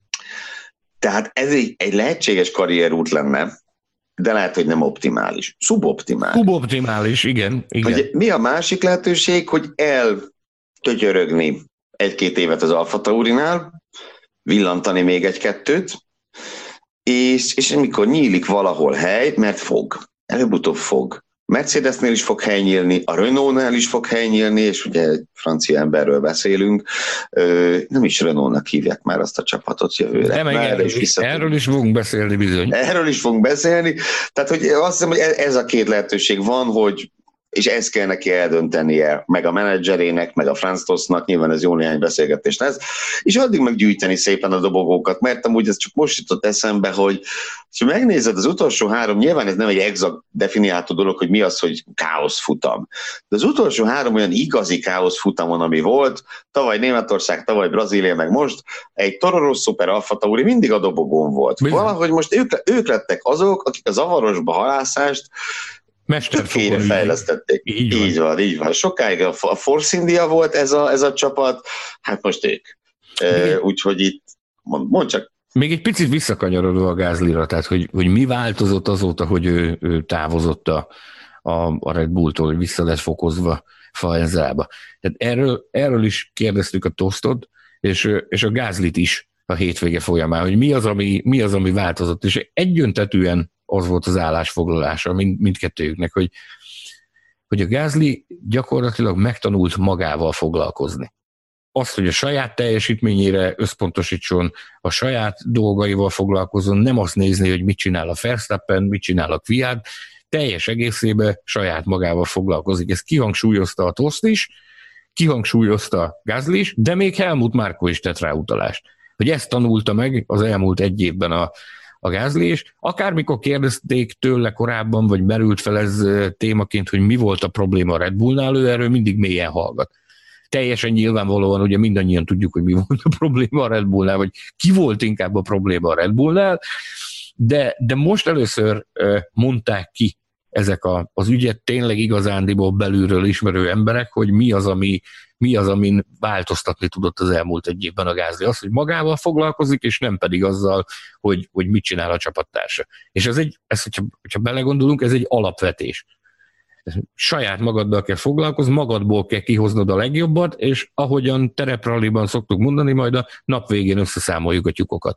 Tehát ez egy, egy lehetséges karrierút lenne, de lehet, hogy nem optimális. Szuboptimális. Szuboptimális, igen. igen. Ugye, mi a másik lehetőség, hogy eltötyörögni egy-két évet az Alfa Taurinál, villantani még egy-kettőt, és, és amikor nyílik valahol hely, mert fog, előbb-utóbb fog. Mercedesnél is fog hely nyílni, a Renaultnál is fog hely nyílni, és ugye egy francia emberről beszélünk, nem is Renaultnak hívják már azt a csapatot jövőre. De meg erről is, erről is fogunk beszélni bizony. Erről is fogunk beszélni, tehát hogy azt hiszem, hogy ez a két lehetőség van, hogy és ezt kell neki eldöntenie, meg a menedzserének, meg a Franz Tosznak, nyilván ez jó néhány beszélgetés lesz, és addig meggyűjteni szépen a dobogókat, mert amúgy ez csak most jutott eszembe, hogy ha megnézed az utolsó három, nyilván ez nem egy exakt definiáltó dolog, hogy mi az, hogy káosz futam. De az utolsó három olyan igazi káosz futamon, ami volt, tavaly Németország, tavaly Brazília, meg most, egy Toro Rosso per Alfa Tauri mindig a dobogón volt. Bizony. Valahogy most ők, ők lettek azok, akik a zavarosba halászást többféle fejlesztették. Így van. így van, így van. Sokáig a Force India volt ez a, ez a csapat, hát most ők. E, úgyhogy itt, mond, mond csak. Még egy picit visszakanyarodva a Gaslyra, tehát hogy, hogy mi változott azóta, hogy ő, ő távozott a, a, a Red Bulltól, hogy vissza lett fokozva Faenzába. Tehát erről, erről is kérdeztük a Tosztot, és, és a Gaslyt is a hétvége folyamán, hogy mi az, ami, mi az, ami változott, és egyöntetűen az volt az állásfoglalása mind, mindkettőjüknek, hogy, hogy a Gasly gyakorlatilag megtanult magával foglalkozni. Azt, hogy a saját teljesítményére összpontosítson, a saját dolgaival foglalkozzon, nem azt nézni, hogy mit csinál a Verstappen, mit csinál a Kvyat, teljes egészében saját magával foglalkozik. Ezt kihangsúlyozta a Toszt is, kihangsúlyozta Gasly is, de még Helmut Marko is tett rá utalást. Hogy ezt tanulta meg az elmúlt egy évben a a Gasly, és akármikor kérdezték tőle korábban, vagy merült fel ez témaként, hogy mi volt a probléma a Red Bullnál, ő erről mindig mélyen hallgat. Teljesen nyilvánvalóan, ugye mindannyian tudjuk, hogy mi volt a probléma a Red Bullnál, vagy ki volt inkább a probléma a Red Bullnál, de, de most először mondták ki ezek a, az ügyet tényleg igazándiból belülről ismerő emberek, hogy mi az, ami, mi az, amin változtatni tudott az elmúlt egy évben a Gasly. Az, hogy magával foglalkozik, és nem pedig azzal, hogy, hogy mit csinál a csapattársa. És ez egy, ez, hogyha, hogyha belegondolunk, ez egy alapvetés. Saját magaddal kell foglalkozni, magadból kell kihoznod a legjobbat, és ahogyan terepralliban szoktuk mondani, majd a nap végén összeszámoljuk a tyúkokat.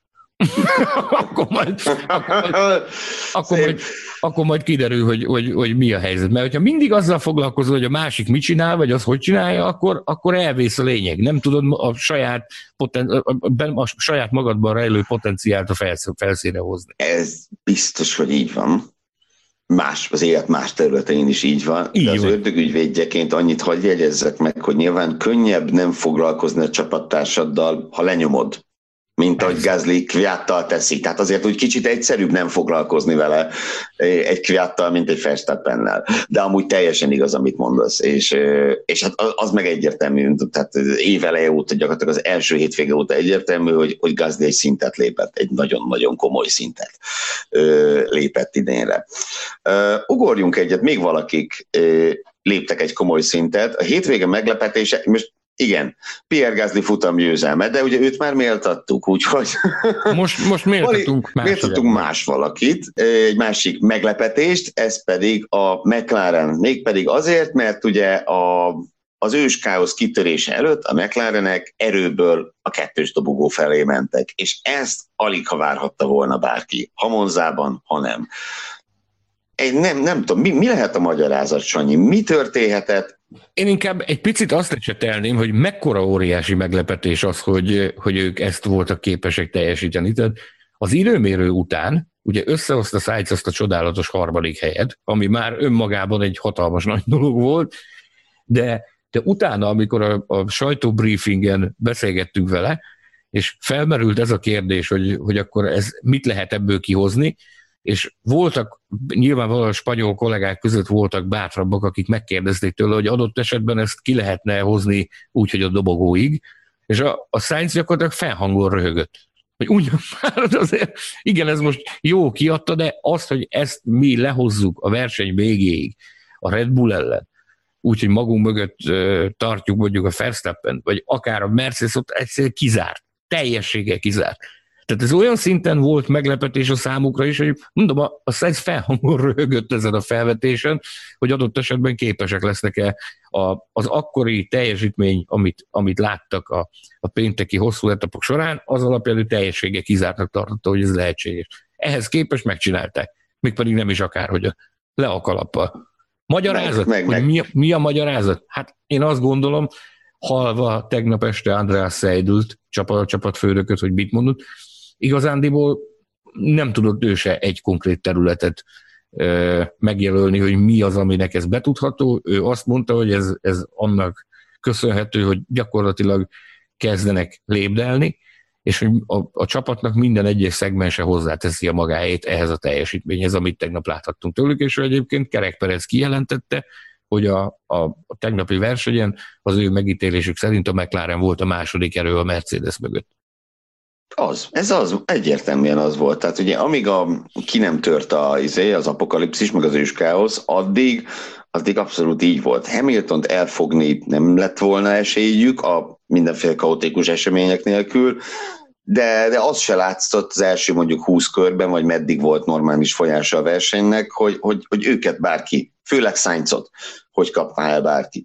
akkor, majd, akkor, majd, akkor, majd, akkor majd kiderül, hogy, hogy, hogy mi a helyzet. Mert hogyha mindig azzal foglalkozol, hogy a másik mit csinál, vagy az hogy csinálja, akkor, akkor elvész a lényeg. Nem tudod a saját, poten, a saját magadban rejlő potenciált a felszínre hozni. Ez biztos, hogy így van. Más, az élet más területein is így van, így de az ördögügyvédjeként annyit hadd jegyezzek meg, hogy nyilván könnyebb nem foglalkozni a csapattársaddal, ha lenyomod, mint ahogy Gasly Kvyattal teszi. Tehát azért úgy kicsit egyszerűbb nem foglalkozni vele egy Kvyattal, mint egy Verstappennel. De amúgy teljesen igaz, amit mondasz. És, és hát az meg egyértelmű, tehát éveleje óta, gyakorlatilag az első hétvége óta egyértelmű, hogy, hogy Gasly egy szintet lépett, egy nagyon-nagyon komoly szintet lépett idénre. Ugorjunk egyet, még valakik léptek egy komoly szintet. A hétvége meglepetése, most igen, Pierre Gasly futamgyőzelme, de ugye őt már méltattuk, úgyhogy... Most, most méltatunk más, méltatunk más valakit, egy másik meglepetést, ez pedig a McLaren. Mégpedig azért, mert ugye a, az ős káosz kitörése előtt a McLarenek erőből a kettős dobogó felé mentek, és ezt alig ha várhatta volna bárki, ha Monzában, ha nem. Én nem, nem tudom, mi, mi lehet a magyarázat, Sanyi? Mi történhetett? Én inkább egy picit azt ecsetelném, hogy mekkora óriási meglepetés az, hogy, hogy ők ezt voltak képesek teljesíteni. Tehát az időmérő után ugye összehozta Sainz azt a csodálatos harmadik helyet, ami már önmagában egy hatalmas nagy dolog volt, de, de utána, amikor a, a sajtóbriefingen beszélgettünk vele, és felmerült ez a kérdés, hogy, hogy akkor ez mit lehet ebből kihozni, és voltak, nyilvánvalóan a spanyol kollégák között voltak bátrabbak, akik megkérdezték tőle, hogy adott esetben ezt ki lehetne hozni úgy, hogy a dobogóig, és a, a Sainz gyakorlatilag felhangon röhögött. Hogy ugyan már azért, igen, ez most jó kiadta, de azt, hogy ezt mi lehozzuk a verseny végéig a Red Bull ellen, úgyhogy magunk mögött tartjuk mondjuk a Verstappen, vagy akár a Mercedes, ott egyszerűen kizárt, teljességgel kizárt. Tehát ez olyan szinten volt meglepetés a számukra is, hogy mondom, a, a Sainz felhangon röhögött ezen a felvetésen, hogy adott esetben képesek lesznek-e a, az akkori teljesítmény, amit, amit láttak a, a pénteki hosszú etapok során, az alapján ő teljességgel kizártnak tartotta, hogy ez lehetséges. Ehhez képest megcsinálták, mégpedig nem is akárhogyan, le a kalappal. Magyarázat? Meg, meg, hogy meg. Mi, mi a magyarázat? Hát én azt gondolom, halva tegnap este Andreas Seidelt, csapat, csapatfőnököt, hogy mit mondott, igazándiból nem tudott ő se egy konkrét területet ö, megjelölni, hogy mi az, aminek ez betudható. Ő azt mondta, hogy ez, ez annak köszönhető, hogy gyakorlatilag kezdenek lépdelni, és hogy a, a csapatnak minden egyes szegmense hozzáteszi a magáét ehhez a teljesítményhez, amit tegnap láthattunk tőlük, és ő egyébként Kerek Perez kijelentette, hogy a, a, a tegnapi versenyen az ő megítélésük szerint a McLaren volt a második erő a Mercedes mögött. Az, ez az, egyértelműen az volt. Tehát ugye amíg a, ki nem tört a, az apokalipszis, meg az őskáosz, addig, addig abszolút így volt. Hamiltont elfogni nem lett volna esélyük a mindenféle kaotikus események nélkül, de, de az se látszott az első mondjuk húsz körben, vagy meddig volt normális folyása a versenynek, hogy, hogy, hogy őket bárki, főleg Sainzot, hogy kapná el bárki.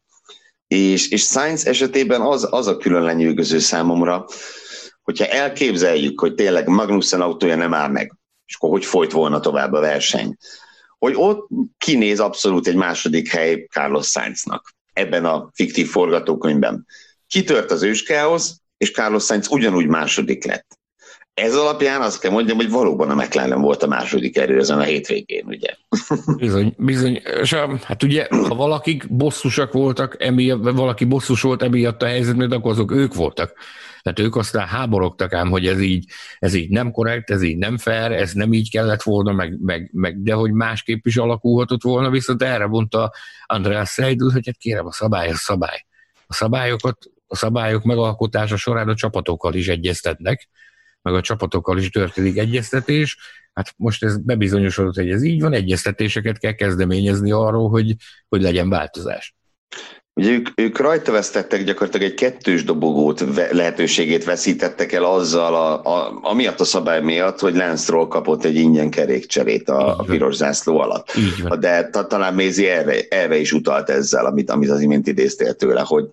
És, és Sainz esetében az, az a külön lenyűgöző számomra, hogyha elképzeljük, hogy tényleg Magnussen autója nem áll meg, és akkor hogy folyt volna tovább a verseny, hogy ott kinéz abszolút egy második hely Carlos Sainznak ebben a fiktív forgatókönyvben. Kitört az őskáosz, és Carlos Sainz ugyanúgy második lett. Ez alapján azt kell mondjam, hogy valóban a McLaren volt a második erő ezen a hétvégén, ugye? Bizony, bizony. És hát ugye, ha valakik bosszusak voltak, emiatt, valaki bosszus volt emiatt a helyzetben, akkor azok ők voltak. Tehát ők aztán háborogtak ám, hogy ez így, ez így nem korrekt, ez így nem fair, ez nem így kellett volna, meg, meg, meg de hogy másképp is alakulhatott volna, viszont erre mondta Andreas Seidel, hogy hát kérem, a szabály a szabály. A szabályokat, a szabályok megalkotása során a csapatokkal is egyeztetnek, meg a csapatokkal is történik egyeztetés. Hát most ez bebizonyosodott, hogy ez így van, egyeztetéseket kell kezdeményezni arról, hogy, hogy legyen változás. Ugye ők, ők rajta vesztettek, gyakorlatilag egy kettős dobogót lehetőségét veszítettek el azzal, a, a, amiatt a szabály miatt, hogy Lance Stroll kapott egy ingyen kerékcserét a, a piros zászló alatt. De ta, talán Mézi erre, erre is utalt ezzel, amit, amit az imént idéztél tőle, hogy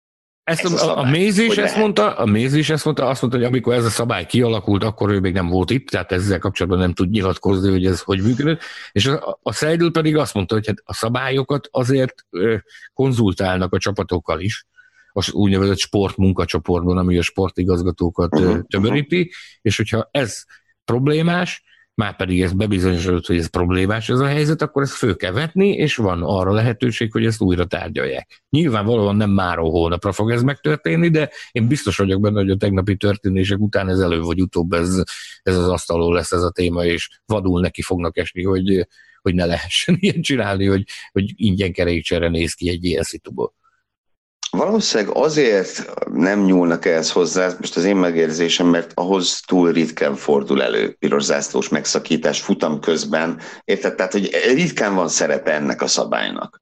Ezt a, a, a Mézi is ezt mondta, a Mézi is ezt mondta, azt mondta, hogy amikor ez a szabály kialakult, akkor ő még nem volt itt, tehát ezzel kapcsolatban nem tud nyilatkozni, hogy ez hogy működött, és a, a Seidel pedig azt mondta, hogy hát a szabályokat azért ö, konzultálnak a csapatokkal is, az úgynevezett sportmunkacsoportban, ami a sportigazgatókat ö, tömöríti, és hogyha ez problémás, már pedig ez bebizonyosodott, hogy ez problémás ez a helyzet, akkor ezt föl kell vetni, és van arra lehetőség, hogy ezt újra tárgyalják. Nyilvánvalóan nem máról holnapra fog ez megtörténni, de én biztos vagyok benne, hogy a tegnapi történések után ez előbb vagy utóbb ez, ez az asztalon lesz ez a téma, és vadul neki fognak esni, hogy, hogy ne lehessen ilyen csinálni, hogy, hogy ingyen kerékcsere néz ki egy ilyen szituból. Valószínűleg azért nem nyúlnak ehhez hozzá, most az én megérzésem, mert ahhoz túl ritkán fordul elő piros zászlós megszakítás futam közben. Érted? Tehát, hogy ritkán van szerepe ennek a szabálynak.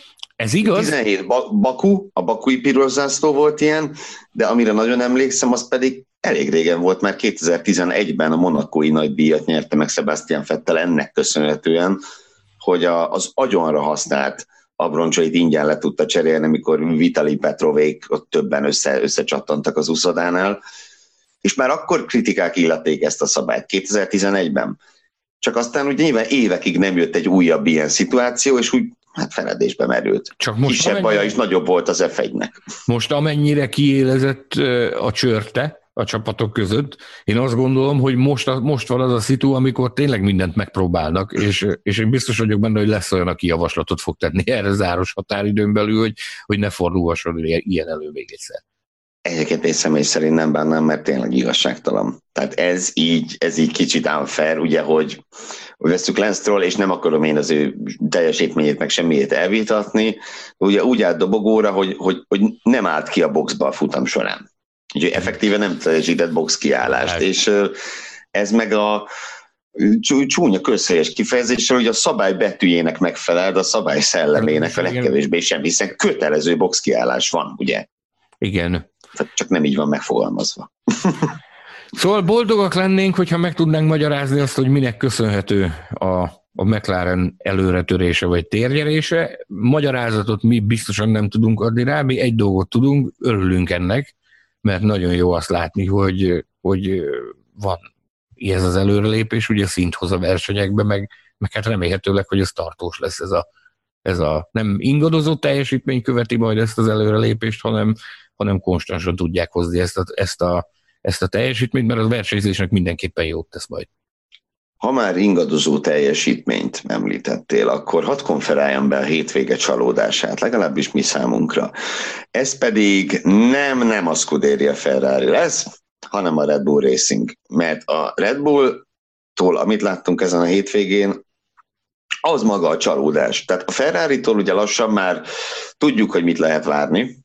Ez igaz? tizenhét Baku, a bakui piros zászló volt ilyen, de amire nagyon emlékszem, az pedig elég régen volt, már kétezer-tizenegyben a monakói nagydíjat nyerte meg Sebastian Vettel ennek köszönhetően, hogy a, az agyonra használt abroncsait ingyen le tudta cserélni, amikor Vitali Petrovék ott többen össze, összecsattantak az uszodánál, és már akkor kritikák illették ezt a szabályt, kétezer-tizenegyben. Csak aztán ugye nyilván évekig nem jött egy újabb ilyen szituáció, és úgy hát feledésbe merült. Csak most kisebb amennyire, baja is nagyobb volt az ef egynek. Most amennyire kiélezett a csörte a csapatok között, én azt gondolom, hogy most, most van az a szitu, amikor tényleg mindent megpróbálnak, és, és én biztos vagyok benne, hogy lesz olyan, aki javaslatot fog tenni erre záros határidőn belül, hogy, hogy ne fordulhasson ilyen elő még egyszer. Egyébként én személy szerint nem bánnám, mert tényleg igazságtalan. Tehát ez így, ez így kicsit unfair, ugye, hogy, hogy veszük Lance-től, és nem akarom én az ő teljesítményét, meg semmiét elvitatni, ugye úgy állt dobogóra, hogy, hogy, hogy nem állt ki a boxba a futam során. Úgyhogy effektíve nem teljesített box kiállást, és ez meg a csúnya közhelyes kifejezéssel, hogy a szabály betűjének megfelel, de a szabály szellemének a legkevésbé sem, hiszen kötelező box kiállás van, ugye? Igen. Csak nem így van megfogalmazva. Szóval boldogak lennénk, hogyha meg tudnánk magyarázni azt, hogy minek köszönhető a, a McLaren előretörése vagy térnyerése. Magyarázatot mi biztosan nem tudunk adni rá, mi egy dolgot tudunk, örülünk ennek, mert nagyon jó azt látni, hogy, hogy van ez az előrelépés, ugye szint hoz a versenyekbe, meg, meg hát remélhetőleg, hogy ez tartós lesz ez a, ez a nem ingadozó teljesítmény követi majd ezt az előrelépést, hanem, hanem konstansan tudják hozni ezt a, ezt, a, ezt a teljesítményt, mert a versenyzésnek mindenképpen jót tesz majd. Ha már ingadozó teljesítményt említettél, akkor hadd konferáljam be a hétvége csalódását, legalábbis mi számunkra. Ez pedig nem, nem a Scuderia Ferrari lesz, hanem a Red Bull Racing. Mert a Red Bull-tól, amit láttunk ezen a hétvégén, az maga a csalódás. Tehát a Ferrari-tól ugye lassan már tudjuk, hogy mit lehet várni,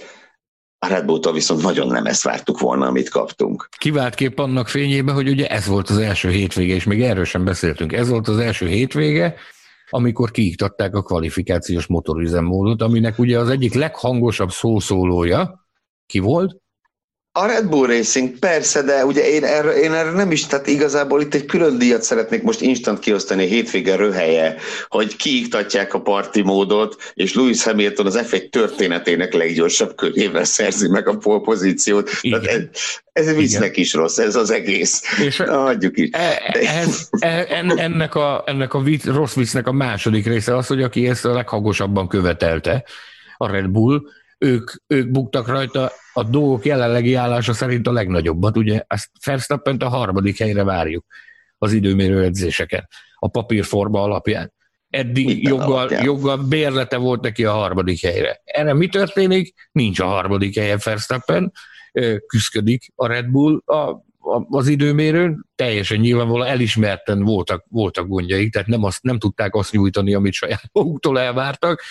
a Red Bull-tól viszont nagyon nem ezt vártuk volna, amit kaptunk. Kivált kép annak fényében, hogy ugye ez volt az első hétvége, és még erről sem beszéltünk. Ez volt az első hétvége, amikor kiiktatták a kvalifikációs motorüzemmódot, aminek ugye az egyik leghangosabb szószólója ki volt? A Red Bull Racing, persze, de ugye én erre, én erre nem is, tehát igazából itt egy külön díjat szeretnék most instant kiosztani a hétvége röhelye, hogy kiiktatják a parti módot, és Lewis Hamilton az ef egy történetének leggyorsabb körével szerzi meg a pole pozíciót. Ez, ez viccnek is rossz, ez az egész. És Na, adjuk is. Ez, ennek a, ennek a vicc, rossz viccnek a második része az, hogy aki ezt a leghangosabban követelte, a Red Bull, Ők, ők buktak rajta a dolgok jelenlegi állása szerint a legnagyobbat, ugye ezt Verstappent a harmadik helyre várjuk az időmérő edzéseken, a papírforma alapján. Eddig joggal, joggal bérlete volt neki a harmadik helyre. Erre mi történik? Nincs a harmadik helyen Verstappen, küszködik a Red Bull a, a, az időmérőn, teljesen nyilvánvalóan elismerten voltak, voltak gondjaik, tehát nem, azt, nem tudták azt nyújtani, amit saját maguktól elvártak,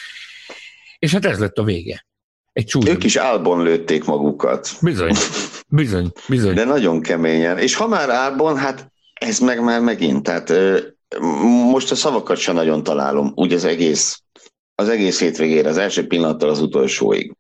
és hát ez lett a vége. Ők is álbon lőtték magukat. Bizony, bizony, bizony. De nagyon keményen. És ha már álbon, hát ez meg már megint. Tehát most a szavakat sem nagyon találom, úgy az egész, az egész hétvégére, az első pillanattól az utolsóig.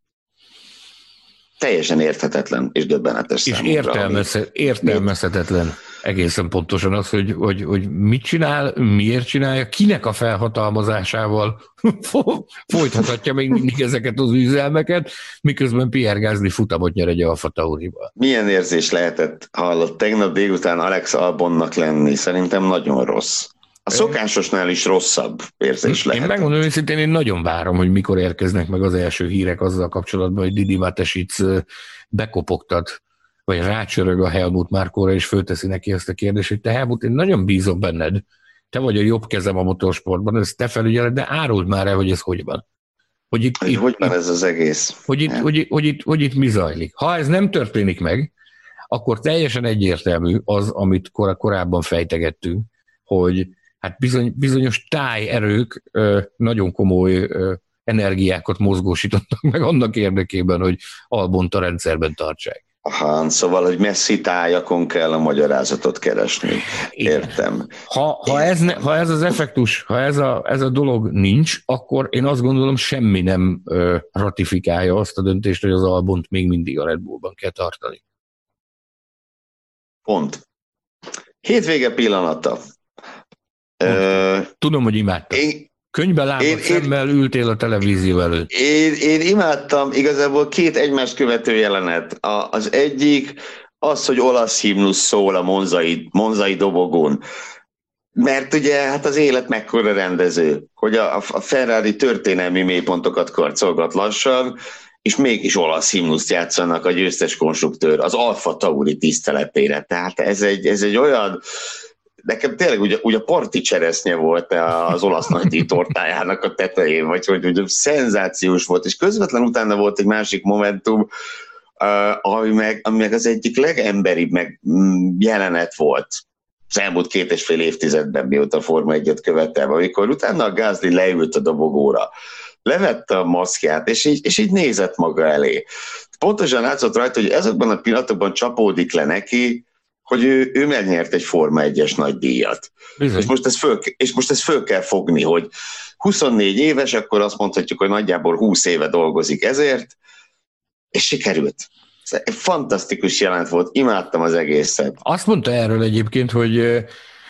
Teljesen érthetetlen és döbbenetes és számomra. És értelmez, értelmezhetetlen egészen pontosan az, hogy, hogy, hogy mit csinál, miért csinálja, kinek a felhatalmazásával folytathatja még mindig ezeket az üzelmeket, miközben Pierre Gasly futamot nyer egy Alfa Taurival. Milyen érzés lehetett hallott tegnap délután Alex Albonnak lenni? Szerintem nagyon rossz. A szokásosnál is rosszabb érzés lehet. Én megmondom őszintén, én nagyon várom, hogy mikor érkeznek meg az első hírek azzal kapcsolatban, hogy Didi Mateschitz bekopogtat, vagy rácsörög a Helmut Markóra, és fölteszi neki ezt a kérdést, hogy te Helmut, én nagyon bízom benned, te vagy a jobb kezem a motorsportban, ezt te felügyeled, de áruld már el, hogy ez hogy van. Hogy itt, hogy, itt, hogy van itt, ez az egész? Hogy itt, hogy, hogy, itt, hogy itt mi zajlik. Ha ez nem történik meg, akkor teljesen egyértelmű az, amit kor- korábban fejtegettünk, hogy hát bizony, bizonyos tájerők ö, nagyon komoly ö, energiákat mozgósítottak meg annak érdekében, hogy Albont a rendszerben tartsák. Aha, szóval, hogy messzi tájakon kell a magyarázatot keresni. Értem. Ha, ha, ez, ne, ha ez az effektus, ha ez a, ez a dolog nincs, akkor én azt gondolom, semmi nem ö, ratifikálja azt a döntést, hogy az Albont még mindig a Red Bullban kell tartani. Pont. Hétvége pillanata. Ö, Tudom, hogy imádtam. Én, Könyvbe lábadt szemmel ültél a televízió előtt. Én, én imádtam, igazából két egymást követő jelenet. A, az egyik az, hogy olasz himnusz szól a monzai, monzai dobogón. mert ugye hát az élet mekkora rendező, hogy a, a Ferrari történelmi mélypontokat karcolgat lassan, és mégis olasz himnuszt játszanak a győztes konstruktőr az Alfa Tauri tiszteletére. Tehát ez egy, ez egy olyan, nekem tényleg ugye, ugye a parti cseresznye volt az olasz nagydíj tortájának a tetején, vagy hogy ugye szenzációs volt, és közvetlen utána volt egy másik momentum, ami meg, ami meg az egyik legemberibb meg jelenet volt az elmúlt két és fél évtizedben, mióta a Forma egyet követtem, amikor utána a Gasly leült a dobogóra, levette a maszkját, és így, és így nézett maga elé. Pontosan látszott rajta, hogy ezekben a pillanatokban csapódik le neki, hogy ő, ő megnyert egy Forma egyes nagydíjat. És most, ezt föl, és most ezt föl kell fogni, hogy huszonnégy éves, akkor azt mondhatjuk, hogy nagyjából húsz éve dolgozik ezért, és sikerült. Ez egy fantasztikus jelent volt, imádtam az egészet. Azt mondta erről egyébként, hogy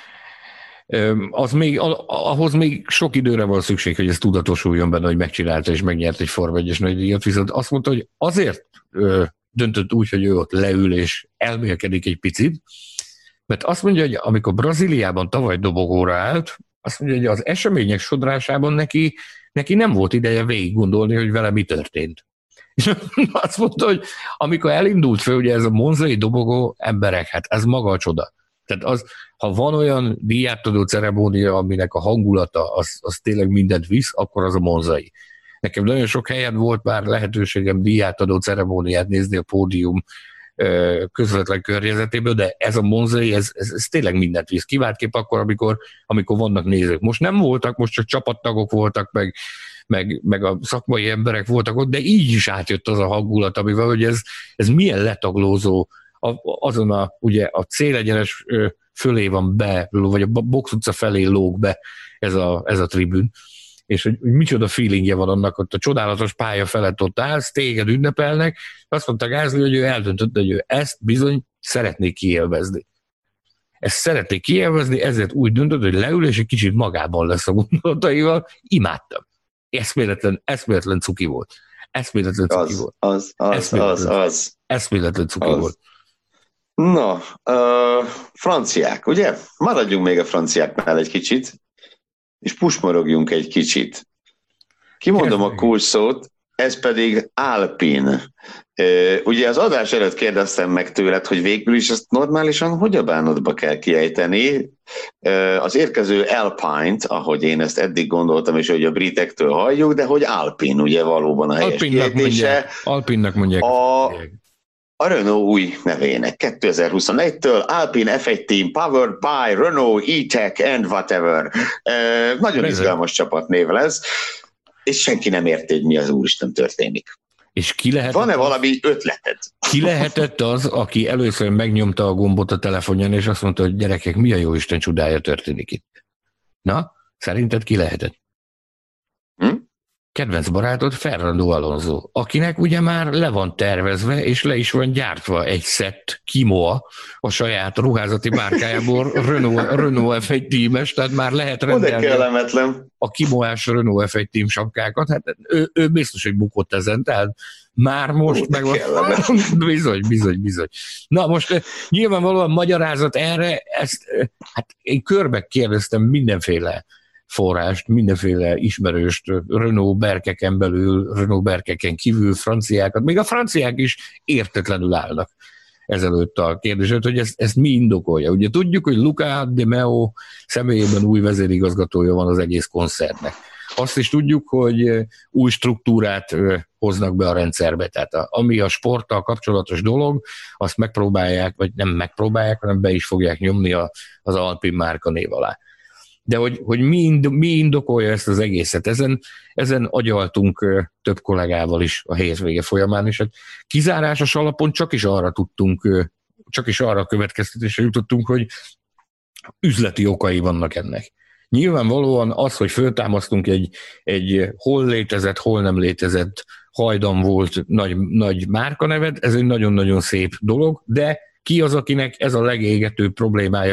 az még, ahhoz még sok időre van szükség, hogy ez tudatosuljon benne, hogy megcsinálta és megnyert egy Forma egyes nagydíjat, viszont azt mondta, hogy azért döntött úgy, hogy ő ott leül és elmélkedik egy picit, mert azt mondja, hogy amikor Brazíliában tavaly dobogóra állt, azt mondja, hogy az események sodrásában neki, neki nem volt ideje végig gondolni, hogy vele mi történt. És azt mondta, hogy amikor elindult föl, ugye ez a monzai dobogó, emberek, hát ez maga a csoda. Tehát az, ha van olyan díjátadó ceremónia, aminek a hangulata, az, az tényleg mindent visz, akkor az a monzai. Nekem nagyon sok helyen volt már lehetőségem díjátadó ceremóniát nézni a pódium közvetlen környezetéből, de ez a monzai, ez, ez, ez tényleg mindent visz. Kiváltképp akkor, amikor, amikor vannak nézők. Most nem voltak, most csak csapattagok voltak, meg, meg, meg a szakmai emberek voltak ott, de így is átjött az a hangulat, amivel, hogy ez, ez milyen letaglózó, azon a, ugye a célegyenes fölé van be, vagy a box utca felé lóg be ez a, ez a tribün, és hogy, hogy micsoda feelingje van annak, ott a csodálatos pálya felett ott állsz, téged ünnepelnek, azt mondta Gasly, hogy ő eldöntött, hogy ő ezt bizony szeretné kiélvezni. Ezt szeretné kiélvezni, ezért úgy döntött, hogy leül, és egy kicsit magában lesz a gondolataival. Imádtam. Eszméletlen, eszméletlen cuki volt. Eszméletlen cuki az, volt. Az, az, eszméletlen, az, az. Eszméletlen cuki az. volt. Na, uh, franciák, ugye? Maradjunk még a franciáknál egy kicsit, és pusmorogjunk egy kicsit. Kimondom a kulcsszót, ez pedig Alpine. Uh, ugye az adás előtt kérdeztem meg tőled, hogy végül is ezt normálisan hogy a bánatba kell kiejteni. Uh, az érkező Alpine-t, ahogy én ezt eddig gondoltam, és hogy a britektől halljuk, de hogy Alpine ugye valóban a helyes kiejtése. Alpine-nak mondják. A, a Renault új nevének. kétezer-huszonegytől Alpine ef egy Team powered by Renault, E-Tech and whatever. Uh, nagyon Rezen. Izgalmas csapatnév lesz, és senki nem érti, hogy mi az úristen történik. És ki lehetett Van-e az, valami ötleted? Ki lehetett az, aki először megnyomta a gombot a telefonján, és azt mondta, hogy gyerekek, mi a jó Isten csodája történik itt? Na, szerinted ki lehetett? Hm? Kedvenc barátod Fernando Alonso, akinek ugye már le van tervezve, és le is van gyártva egy szett Kimoa a saját ruházati márkájából, Renault, Renault ef egy tímes, tehát már lehet rendelni a Kimoás Renault ef egy tím sapkákat, hát ő, ő biztos, hogy bukott ezen, tehát már most meg van. bizony, bizony, bizony. Na most nyilvánvalóan magyarázat erre, ezt hát én körbe kérdeztem mindenféle forrást, mindenféle ismerőst, Renault berkeken belül, Renault berkeken kívül, franciákat, még a franciák is értetlenül állnak ezelőtt a kérdését, hogy ezt, ezt mi indokolja. Ugye tudjuk, hogy Luca de Meo személyében új vezérigazgatója van az egész koncertnek. Azt is tudjuk, hogy új struktúrát hoznak be a rendszerbe, tehát a, ami a sporttal kapcsolatos dolog, azt megpróbálják, vagy nem megpróbálják, hanem be is fogják nyomni a, az Alpine márka név alá. De hogy, hogy mi, indo, mi indokolja ezt az egészet, ezen, ezen agyaltunk több kollégával is a hétvége folyamán, és hát kizárásos alapon csak is arra tudtunk, csak is arra a következtetésre jutottunk, hogy üzleti okai vannak ennek. Nyilvánvalóan az, hogy föltámasztunk egy, egy hol létezett, hol nem létezett, hajdan volt nagy, nagy márkanevet, ez egy nagyon-nagyon szép dolog, de ki az, akinek ez a legégetőbb problémája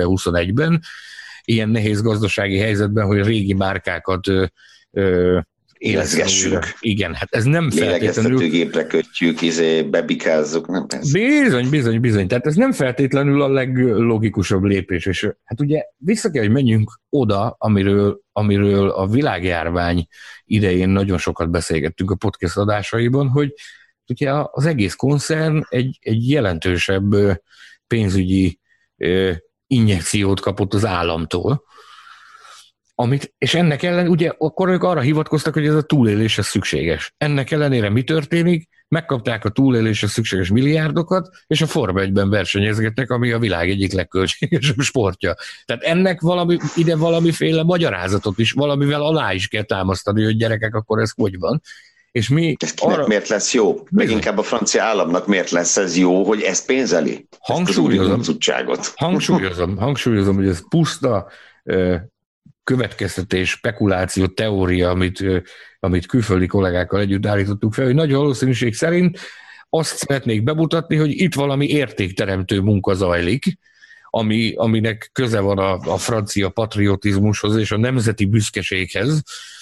kétezer-huszonegyben, ilyen nehéz gazdasági helyzetben, hogy régi márkákat ö, ö, élezgessünk. Igen, hát ez nem feltétlenül... Lélegeztetőgépre kötjük, izé, bebikázzuk, nem persze. Bizony, bizony, bizony. Tehát ez nem feltétlenül a leglogikusabb lépés. És hát ugye vissza kell, hogy menjünk oda, amiről, amiről a világjárvány idején nagyon sokat beszélgettünk a podcast adásaiban, hogy ugye az egész koncern egy, egy jelentősebb pénzügyi injekciót kapott az államtól, amit, és ennek ellen, ugye akkor ők arra hivatkoztak, hogy ez a túléléshez szükséges. Ennek ellenére mi történik? Megkapták a túléléshez szükséges milliárdokat, és a Forma egyben versenyezgetnek, ami a világ egyik legköltségesebb sportja. Tehát ennek valami, ide valamiféle magyarázatot is, valamivel alá is kell támasztani, hogy gyerekek, akkor ez hogy van. És mi ez kinek arra... miért lesz jó? Meg inkább a francia államnak miért lesz ez jó, hogy ezt pénzeli? Hangsúlyozom, hangsúlyozom, hangsúlyozom, hogy ez puszta következtetés, spekuláció, teória, amit, amit külföldi kollégákkal együtt állítottuk fel, hogy nagy valószínűség szerint azt szeretnék bemutatni, hogy itt valami értékteremtő munka zajlik, ami, aminek köze van a, a francia patriotizmushoz és a nemzeti büszkeséghez.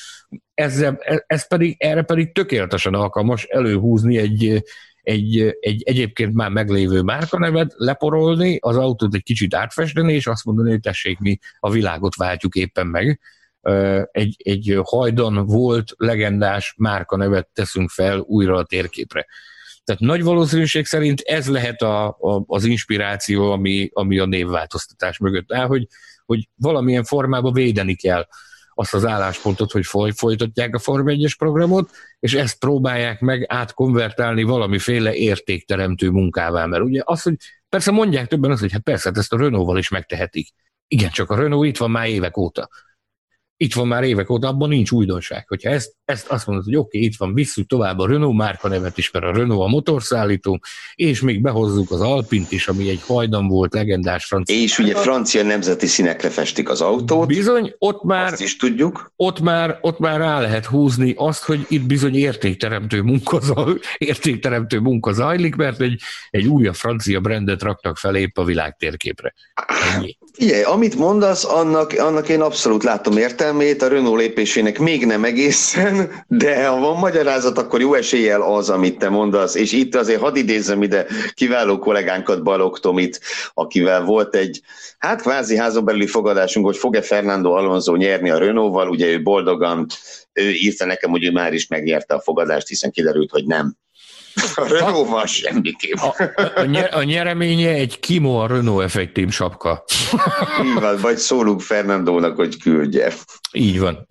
Ezzel, ez pedig, erre pedig tökéletesen alkalmas előhúzni egy, egy, egy egyébként már meglévő márkanevet, leporolni, az autót egy kicsit átfesteni, és azt mondani, hogy tessék, mi a világot váltjuk éppen meg. Egy, egy hajdan volt legendás márkanevet teszünk fel újra a térképre. Tehát nagy valószínűség szerint ez lehet a, a, az inspiráció, ami, ami a névváltoztatás mögött áll, hogy, hogy valamilyen formában védeni kell azt az álláspontot, hogy foly, folytatják a Forma egyes programot, és ezt próbálják meg átkonvertálni valamiféle értékteremtő munkává. Mert ugye az, hogy persze mondják többen azt, hogy hát persze, hát ezt a Renault-val is megtehetik. Igen, csak a Renault itt van már évek óta. Itt van már évek óta, abban nincs újdonság. Hogyha ezt, ezt azt mondod, hogy oké, okay, itt van, visszük tovább a Renault márkanevet is, mert a Renault a motorszállító, és még behozzuk az Alpint is, ami egy hajdan volt, legendás francia. És ugye francia nemzeti színekre festik az autót. Bizony, ott már, azt is tudjuk. Ott már, ott már rá lehet húzni azt, hogy itt bizony értékteremtő munka, értékteremtő munka zajlik, mert egy, egy újabb francia brandet raknak fel épp a világ térképre. Ennyi. Figyelj, amit mondasz, annak, annak én abszolút látom értelmét, a Renault lépésének még nem egészen, de ha van magyarázat, akkor jó eséllyel az, amit te mondasz, és itt azért hadd idézzem ide kiváló kollégánkat, Balogh Tomit, akivel volt egy, hát kvázi házon belüli fogadásunk, hogy fog-e Fernando Alonso nyerni a Renault-val, ugye ő boldogan, ő írta nekem, hogy ő már is megnyerte a fogadást, hiszen kiderült, hogy nem. A Renault-val semmiképp. A, a, a nyereménye egy Kimo a Renault effektív sapka. Így van, vagy szólunk Fernandónak, hogy küldje. Így van.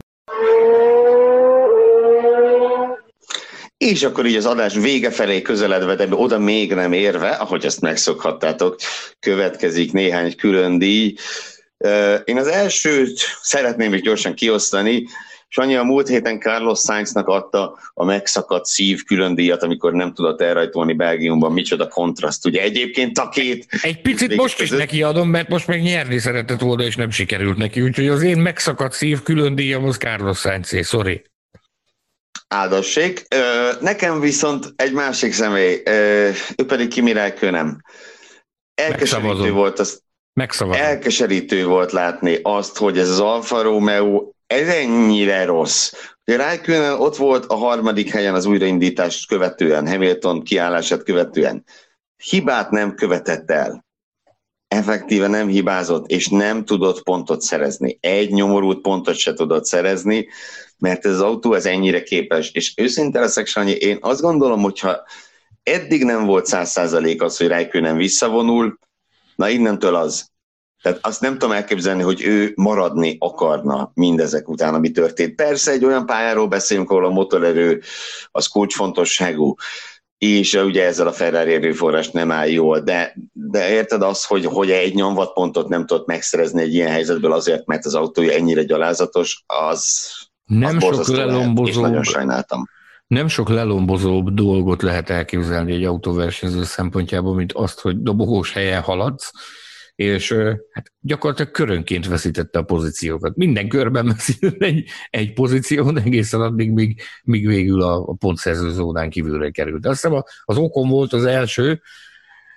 És akkor így az adás vége felé közeledve, de oda még nem érve, ahogy ezt megszokhattátok, következik néhány külön díj. Én az elsőt szeretném még gyorsan kiosztani. Sanyi a múlt héten Carlos Sainznak adta a megszakadt szív külön díjat, amikor nem tudott elrajtolni Belgiumban. Micsoda kontraszt. Ugye egyébként a két... Egy picit most is neki adom, mert most meg nyerni szeretett volna, és nem sikerült neki. Úgyhogy az én megszakadt szív külön díjam az Carlos Sainzé, sorry. Áldassék. Nekem viszont egy másik személy, ő pedig Kimi Räikkönen. Elkeserítő volt, az, elkeserítő volt látni azt, hogy ez az Alfa Romeo ez ennyire rossz. Räikkönen ott volt a harmadik helyen az újraindítást követően, Hamilton kiállását követően. Hibát nem követett el. Effektíven nem hibázott, és nem tudott pontot szerezni. Egy nyomorult pontot se tudott szerezni, mert ez az autó ez ennyire képes. És őszinte leszek, Sanyi, én azt gondolom, hogyha eddig nem volt száz százalék az, hogy Räikkönen visszavonul, na innentől az. Tehát azt nem tudom elképzelni, hogy ő maradni akarna mindezek után, ami történt. Persze egy olyan pályáról beszélünk, ahol a motorerő az kulcsfontosságú, és ugye ezzel a Ferrari erőforrás nem áll jól, de, de érted azt, hogy, hogy egy nyomvatpontot nem tudott megszerezni egy ilyen helyzetből azért, mert az autója ennyire gyalázatos, az, nem az sok lelombozóbb, és nagyon sajnáltam. Nem sok lelombozóbb dolgot lehet elképzelni egy autóversenyző szempontjából, mint azt, hogy dobogós helyen haladsz, és hát gyakorlatilag körönként veszítette a pozíciókat. Minden körben veszített egy, egy pozíción, egészen addig, míg, míg végül a, a pontszerző zónán kívülre került. Azt hiszem az Ocon volt az első,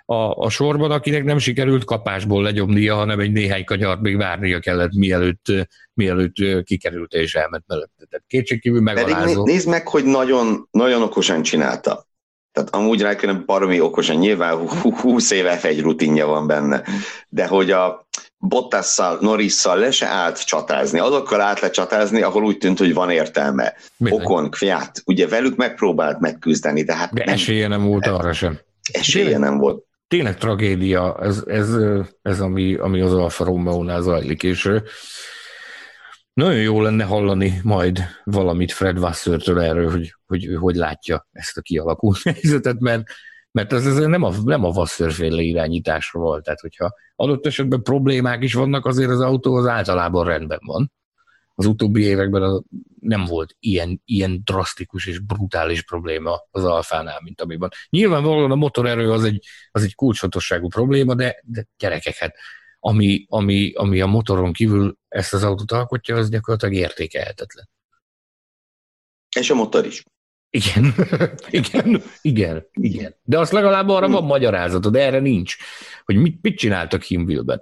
a, a sorban, akinek nem sikerült kapásból legyomnia, hanem egy néhány kanyart még várnia kellett, mielőtt, mielőtt kikerült és elment mellette. Tehát kétségkívül megalázó. Pedig nézd meg, hogy nagyon, nagyon okosan csinálta. Tehát amúgy rá kellene baromi okosan, nyilván húsz éve ef egy rutinja van benne, de hogy a Bottasszal, Norrisszal le se állt csatázni, azokkal át le csatázni, ahol úgy tűnt, hogy van értelme. Bizony. Okon, Kvyat, ugye velük megpróbált megküzdeni, de hát de nem, esélye nem volt arra sem. Esélye tényleg, nem volt. Tényleg tragédia, ez, ez, ez ami, ami az Alfa Romeo-nál zajlik, és nagyon jó lenne hallani majd valamit Fred Wassertől erről, hogy, hogy hogy látja ezt a kialakult helyzetet, mert, mert ez, ez nem a, nem a Wasser-féle irányításra volt. Tehát, hogyha adott esetben problémák is vannak, azért az autó az általában rendben van. Az utóbbi években nem volt ilyen, ilyen drasztikus és brutális probléma az Alfánál, mint amiben. Nyilvánvalóan a motorerő az egy, az egy kulcsfontosságú probléma, de, de gyerekek, hát ami, ami, ami a motoron kívül ezt az autót alkotja, az gyakorlatilag értékelhetetlen. És a motor is. Igen, igen, igen, igen. De azt legalább arra van magyarázatod, de erre nincs. Hogy mit, mit csináltak Hinwilben.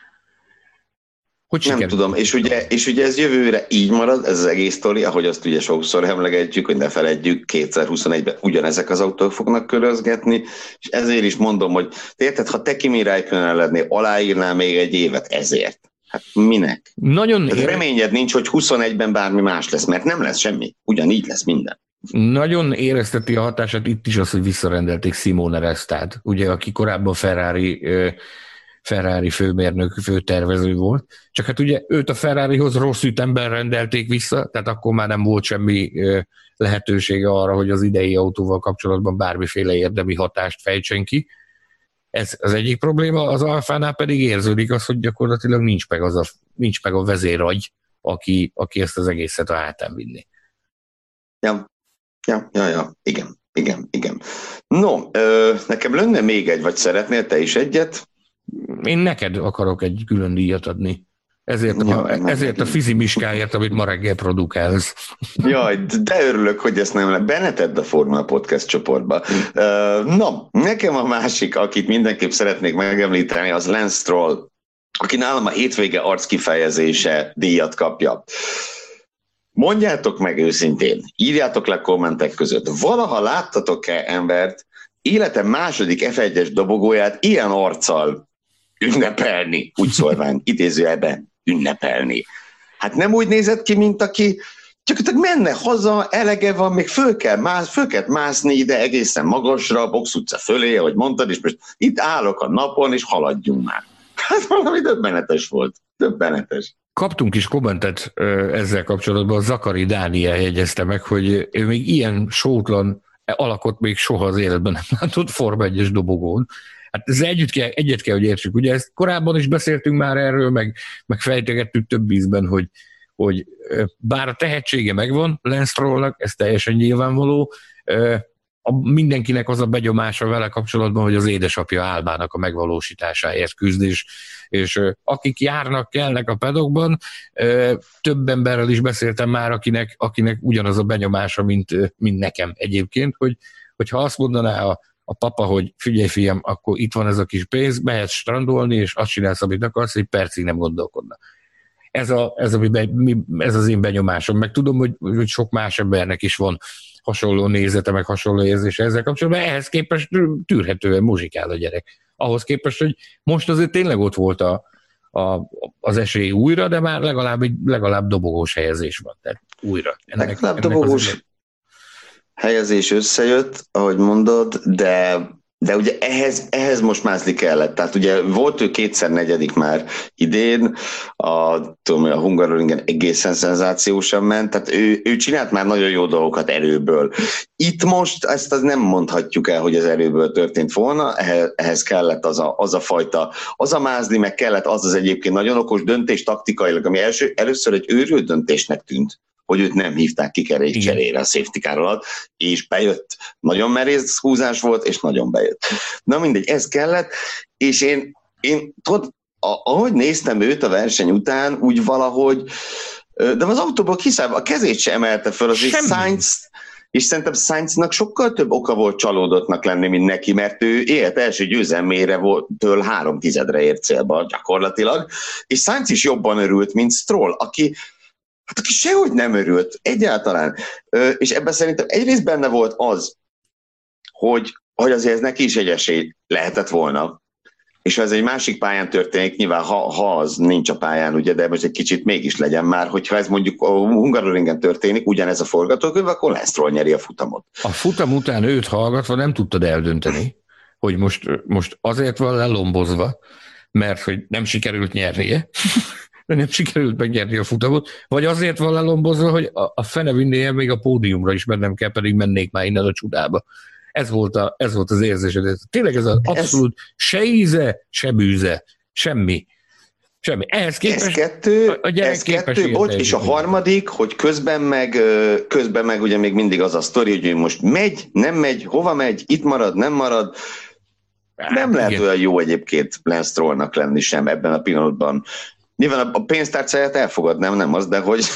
Hogy nem tudom, és ugye, és ugye ez jövőre így marad, ez az egész sztori, ahogy azt ugye sokszor emlegetjük, hogy ne feledjük, kétezer-huszonegyben ugyanezek az autók fognak körözgetni, és ezért is mondom, hogy érted, ha te Kimi Räikkönen lennél, aláírnál még egy évet ezért. Hát minek? Nagyon ér... reményed nincs, hogy huszonegyben bármi más lesz, mert nem lesz semmi, ugyanígy lesz minden. Nagyon érezteti a hatását itt is az, hogy visszarendelték Simone Restát, ugye, aki korábban Ferrari Ferrari főmérnök, főtervező volt, csak hát ugye őt a Ferrarihoz rossz ütemben rendelték vissza, tehát akkor már nem volt semmi lehetősége arra, hogy az idei autóval kapcsolatban bármiféle érdemi hatást fejtsen ki. Ez az egyik probléma, az Alfánál pedig érződik az, hogy gyakorlatilag nincs meg, az a, nincs meg a vezéragy, aki, aki ezt az egészet a hátán vinni. Ja, ja, ja, ja. igen, igen, igen. No, ö, nekem lenne még egy, vagy szeretnél te is egyet? Én neked akarok egy külön díjat adni. Ezért a, ja, ezért a fizimiskáért, amit ma reggel produkálsz. Jaj, de örülök, hogy ezt nem le. Benne tedd a Formula Podcast csoportba. Uh, no, nekem a másik, akit mindenképp szeretnék megemlíteni, az Lance Stroll, aki nálam a hétvége arckifejezése díjat kapja. Mondjátok meg őszintén, írjátok le kommentek között, valaha láttatok-e embert életem második ef egyes dobogóját ilyen arccal ünnepelni, úgy szólván, idézőjelben ünnepelni. Hát nem úgy nézett ki, mint aki csak menne haza, elege van, még föl kell, mász, föl kell mászni ide egészen magasra, a Box utca fölé, ahogy mondtad, és most itt állok a napon, és haladjunk már. Hát valami döbbenetes volt. Döbbenetes. Kaptunk is kommentet ezzel kapcsolatban, Zakari Dániel jegyezte meg, hogy ő még ilyen sótlan alakot még soha az életben nem látott Forma egyes dobogón. Hát ez együtt kell, egyet kell, hogy értsük. Ugye ezt korábban is beszéltünk már erről, meg, meg fejtegettük több ízben, hogy, hogy bár a tehetsége megvan Lance Strollnak, ez teljesen nyilvánvaló, a, mindenkinek az a begyomása vele kapcsolatban, hogy az édesapja álmának a megvalósításáért küzd, és, és akik járnak, kelnek a pedokban, több emberrel is beszéltem már, akinek, akinek ugyanaz a benyomása, mint, mint nekem egyébként, hogy, hogyha azt mondaná a a papa, hogy figyelj fiam, akkor itt van ez a kis pénz, mehetsz strandolni, és azt csinálsz, amit akarsz, egy percig nem gondolkodna. Ez, a, ez, a, ez az én benyomásom. Meg tudom, hogy, hogy sok más embernek is van hasonló nézete, meg hasonló érzése ezzel kapcsolatban, ehhez képest tűrhetően muzsikál a gyerek. Ahhoz képest, hogy most azért tényleg ott volt a, a, az esély újra, de már legalább, legalább dobogós helyezés van. Tehát újra. Ennek, legalább dobogós ennek helyezés összejött, ahogy mondod, de, de ugye ehhez, ehhez most mászni kellett. Tehát ugye volt ő kétszer negyedik már idén, a, tudom, a Hungaroringen egészen szenzációsan ment, tehát ő, ő csinált már nagyon jó dolgokat erőből. Itt most ezt az nem mondhatjuk el, hogy az erőből történt volna, ehhez, ehhez kellett az a, az a fajta, az a mázni, meg kellett az az egyébként nagyon okos döntés taktikailag, ami első, először egy őrült döntésnek tűnt, hogy őt nem hívták ki kerék cserére a safety car alatt, és bejött. Nagyon merész húzás volt, és nagyon bejött. Na mindegy, ez kellett, és én, én tudod, ahogy néztem őt a verseny után, úgy valahogy, de az autóból kiszállva a kezét sem emelte föl, azért Sainz, és szerintem Sainznak sokkal több oka volt csalódottnak lenni, mint neki, mert ő élt első győzelmére volt, től három tizedre ért célba gyakorlatilag, és Sainz is jobban örült, mint Stroll, aki, hát aki sehogy nem örült, egyáltalán. És ebben szerintem egyrészt benne volt az, hogy, hogy azért ez neki is egy esély lehetett volna, és ha ez egy másik pályán történik, nyilván ha, ha az nincs a pályán, ugye, de most egy kicsit mégis legyen már, hogyha ez mondjuk a Hungaroringen történik, ugyanez a forgatókönyv, akkor Lance Stroll nyeri a futamot. A futam után őt hallgatva nem tudtad eldönteni, hogy most, most azért van lelombozva, mert hogy nem sikerült nyernie, nem sikerült megnyerni a futamot, vagy azért van lelombozva, hogy a, a fene vinnie még a pódiumra is mennem kell, pedig mennék már innen a csudába. Ez volt, a, ez volt az érzésed. Tényleg ez az abszolút se íze, se bűze, semmi. Semmi. Ehhez képest ez kettő, a gyerek ez kettő bocs, és a harmadik, hogy közben meg, közben meg ugye még mindig az a sztori, hogy ő most megy, nem megy, hova megy, itt marad, nem marad. Nem hát, lehet igen. Olyan jó egyébként Lance Strollnak lenni sem ebben a pillanatban. Nyilván a pénztárcáját elfogadnám, nem az, de hogy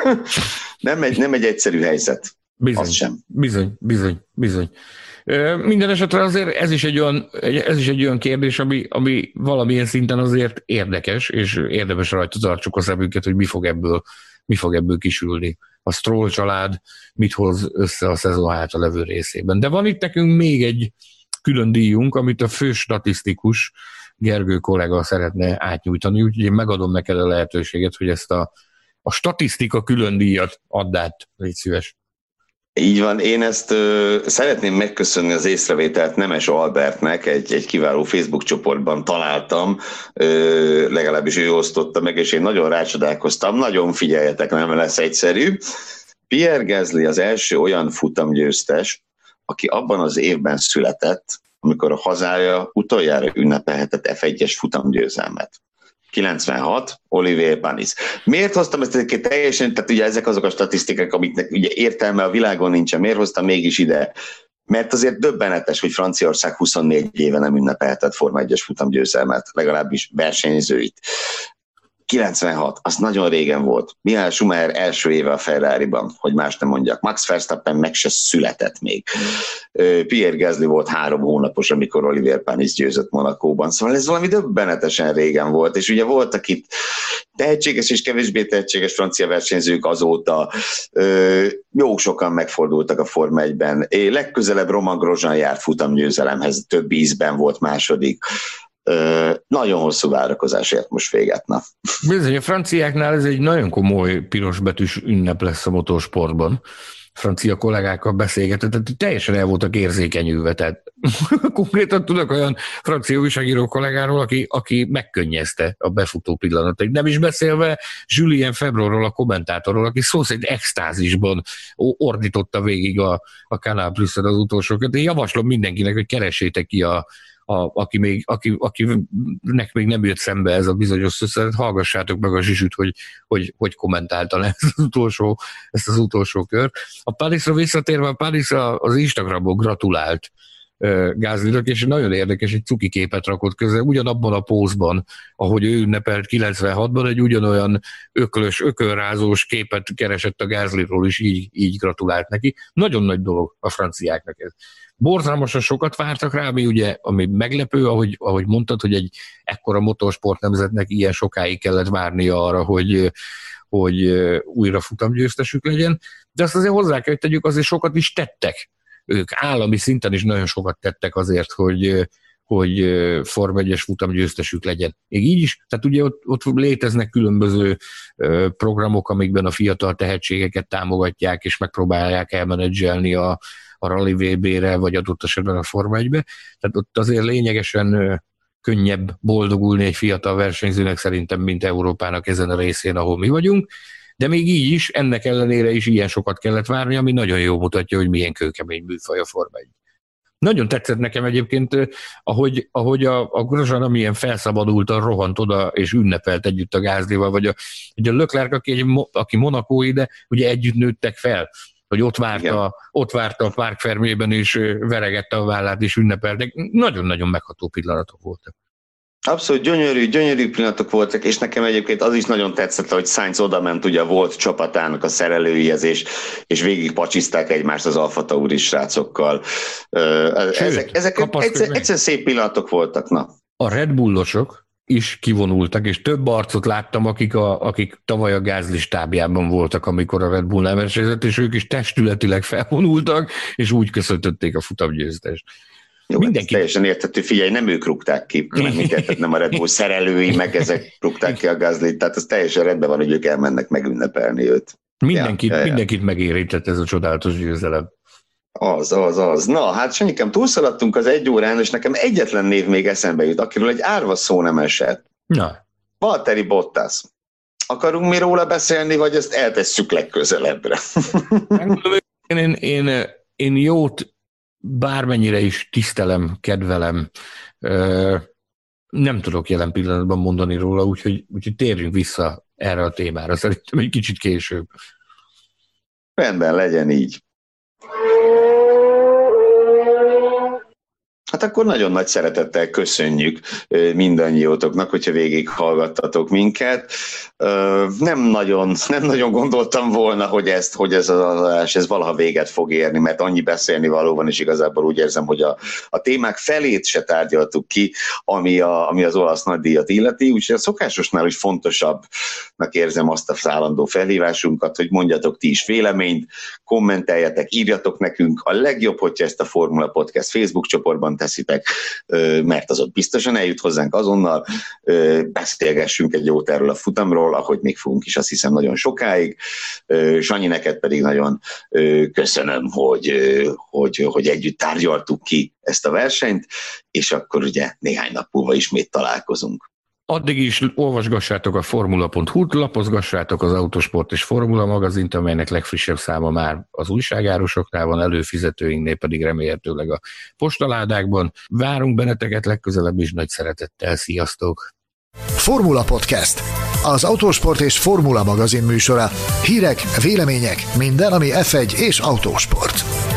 nem, egy, nem egy egyszerű helyzet. Bizony, az sem. bizony, bizony, bizony. Minden esetre azért ez is egy olyan, ez is egy olyan kérdés, ami, ami valamilyen szinten azért érdekes, és érdemes rajta tartsuk a szemünket, hogy mi fog ebből, mi fog ebből kisülni. A Stroll család mit hoz össze a szezon hátra levő részében. De van itt nekünk még egy külön díjunk, amit a fő statisztikus Gergő kollega szeretne átnyújtani, úgyhogy én megadom neked a lehetőséget, hogy ezt a, a statisztika külön díjat add át, légy szíves. Így van, én ezt ö, szeretném megköszönni az észrevételt Nemes Albertnek, egy, egy kiváló Facebook csoportban találtam, ö, legalábbis ő osztotta meg, és én nagyon rácsodálkoztam, nagyon figyeljetek, nem lesz egyszerű. Pierre Gasly az első olyan futamgyőztes, aki abban az évben született, amikor a hazája utoljára ünnepelhetett ef egyes futamgyőzelmet. kilencvenhat, Olivier Panis. Miért hoztam ezt egyébként teljesen, tehát ugye ezek azok a statisztikák, amiknek ugye értelme a világon nincsen, miért hoztam mégis ide? Mert azért döbbenetes, hogy Franciaország huszonnégy éve nem ünnepelhetett Forma egyes futamgyőzelmet, legalábbis versenyzőit. kilencvenhat, az nagyon régen volt. Mihály Schumacher első éve a Ferrariban, hogy más nem mondjak. Max Verstappen meg se született még. Pierre Gasly volt három hónapos, amikor Olivier Panis győzött Monacóban. Szóval ez valami döbbenetesen régen volt, és ugye voltak itt tehetséges és kevésbé tehetséges francia versenyzők azóta. Jó sokan megfordultak a Forma egyben. Legközelebb Romain Grosjean járt futamgyőzelemhez, több ízben volt második. Ö, nagyon hosszú várakozásért most véget. Na. Bizony, a franciáknál ez egy nagyon komoly pirosbetűs ünnep lesz a motorsportban. Francia kollégákkal beszélgetett, tehát teljesen el voltak érzékenyülve. Tehát konkrétan tudok olyan francia újságíró kollégáról, aki, aki megkönnyezte a befutó pillanatait. Nem is beszélve Julien Febvre-ról, a kommentátorról, aki szó szerint extázisban ordította végig a, a Canal Plus-et az utolsókat. Én javaslom mindenkinek, hogy keressétek ki a A, aki még, aki, akinek még nem jött szembe ez a bizonyos szösszenet, hallgassátok meg a Zsizsüt, hogy, hogy, hogy kommentálta ezt az utolsó, ezt az utolsó kört. A Parisra visszatérve, a Parisra az Instagramon gratulált uh, Gaslynak, és nagyon érdekes, egy cuki képet rakott közre, ugyanabban a pózban, ahogy ő ünnepelt kilencvenhatban, egy ugyanolyan öklös, ökölrázós képet keresett a Gaslyról, és így, így gratulált neki. Nagyon nagy dolog a franciáknak ez. Borzalmasan sokat vártak rá, ami ugye, ami meglepő, ahogy, ahogy mondtad, hogy egy ekkora motorsport nemzetnek ilyen sokáig kellett várnia arra, hogy, hogy újra futamgyőztesük legyen, de azt azért hozzá kell, hogy tegyük, azért sokat is tettek. Ők állami szinten is nagyon sokat tettek azért, hogy, hogy Forma egyes futamgyőztesük legyen. Még így is, tehát ugye ott, ott léteznek különböző programok, amikben a fiatal tehetségeket támogatják, és megpróbálják elmenedzselni a a Rally vé bé-re, vagy adott esetben a Forma egybe. Tehát ott azért lényegesen könnyebb boldogulni egy fiatal versenyzőnek szerintem, mint Európának ezen a részén, ahol mi vagyunk, de még így is, ennek ellenére is ilyen sokat kellett várni, ami nagyon jól mutatja, hogy milyen kőkemény műfaj a Forma egy. Nagyon tetszett nekem egyébként, ahogy, ahogy a, a Grosjean amilyen felszabadultan rohant oda, és ünnepelt együtt a Gaslyval, vagy a, a Leclerc, aki, egy, aki monacói, de ugye együtt nőttek fel, hogy ott várta, ott várta a Parc Fermében, és veregette a vállát, és ünnepeltek. Nagyon-nagyon megható pillanatok voltak. Abszolút gyönyörű, gyönyörű pillanatok voltak, és nekem egyébként az is nagyon tetszett, hogy Sainz odament ugye volt csapatának a szerelőihez, és, és végig pacsizták egymást az Alfa Tauri srácokkal. Sőt, ezek ezek egyszer, egyszer szép pillanatok voltak. Na. A Red Bullosok is kivonultak, és több arcot láttam, akik, a, akik tavaly a gázlistábjában voltak, amikor a Red Bull nem esélyezett, és ők is testületileg felvonultak, és úgy köszöntötték a futamgyőztest. Jó, mindenki... teljesen érthető, figyelj, nem ők rúgták ki, meg minket, nem a Red Bull szerelői, meg ezek rúgták ki a Gaslyt, tehát az teljesen rendben van, hogy ők elmennek megünnepelni őt. Mindenkit, ja, ja, ja. mindenkit megérintett ez a csodálatos győzelem. Az, az, az. Na, hát Sanyikám, túlszaladtunk az egy órán, és nekem egyetlen név még eszembe jut, akiről egy árva szó nem esett. Na. Valtteri Bottas. Akarunk mi róla beszélni, vagy ezt eltesszük legközelebbre? én, én, én jót bármennyire is tisztelem, kedvelem, nem tudok jelen pillanatban mondani róla, úgyhogy, úgyhogy térjünk vissza erre a témára, szerintem egy kicsit később. Rendben, legyen így. Hát akkor nagyon nagy szeretettel köszönjük mindannyiótoknak, hogyha végighallgattatok minket. Nem nagyon, nem nagyon gondoltam volna, hogy, ezt, hogy ez az adás ez valaha véget fog érni, mert annyi beszélni való van, és igazából úgy érzem, hogy a, a témák felét se tárgyaltuk ki, ami, a, ami az olasz nagydíjat illeti, úgyhogy a szokásosnál is fontosabbnak érzem azt a állandó felhívásunkat, hogy mondjatok ti is véleményt, kommenteljetek, írjatok nekünk. A legjobb, hogyha ezt a Formula Podcast Facebook csoportban teszitek, mert az ott biztosan eljut hozzánk azonnal, beszélgessünk egy jót erről a futamról, ahogy még fogunk is, azt hiszem, nagyon sokáig. Sanyi, neked pedig nagyon köszönöm, hogy, hogy, hogy együtt tárgyaltuk ki ezt a versenyt, és akkor ugye néhány nap múlva ismét találkozunk. Addig is olvasgassátok a formula pont hu-t, lapozgassátok az Autosport és Formula magazint, amelynek legfrissebb száma már az újságárusoknál van, előfizetőinknél pedig remélhetőleg a postaládákban. Várunk benneteket legközelebb is nagy szeretettel. Sziasztok! Formula Podcast, az Autosport és Formula magazin műsora. Hírek, vélemények, minden, ami ef egy és autósport.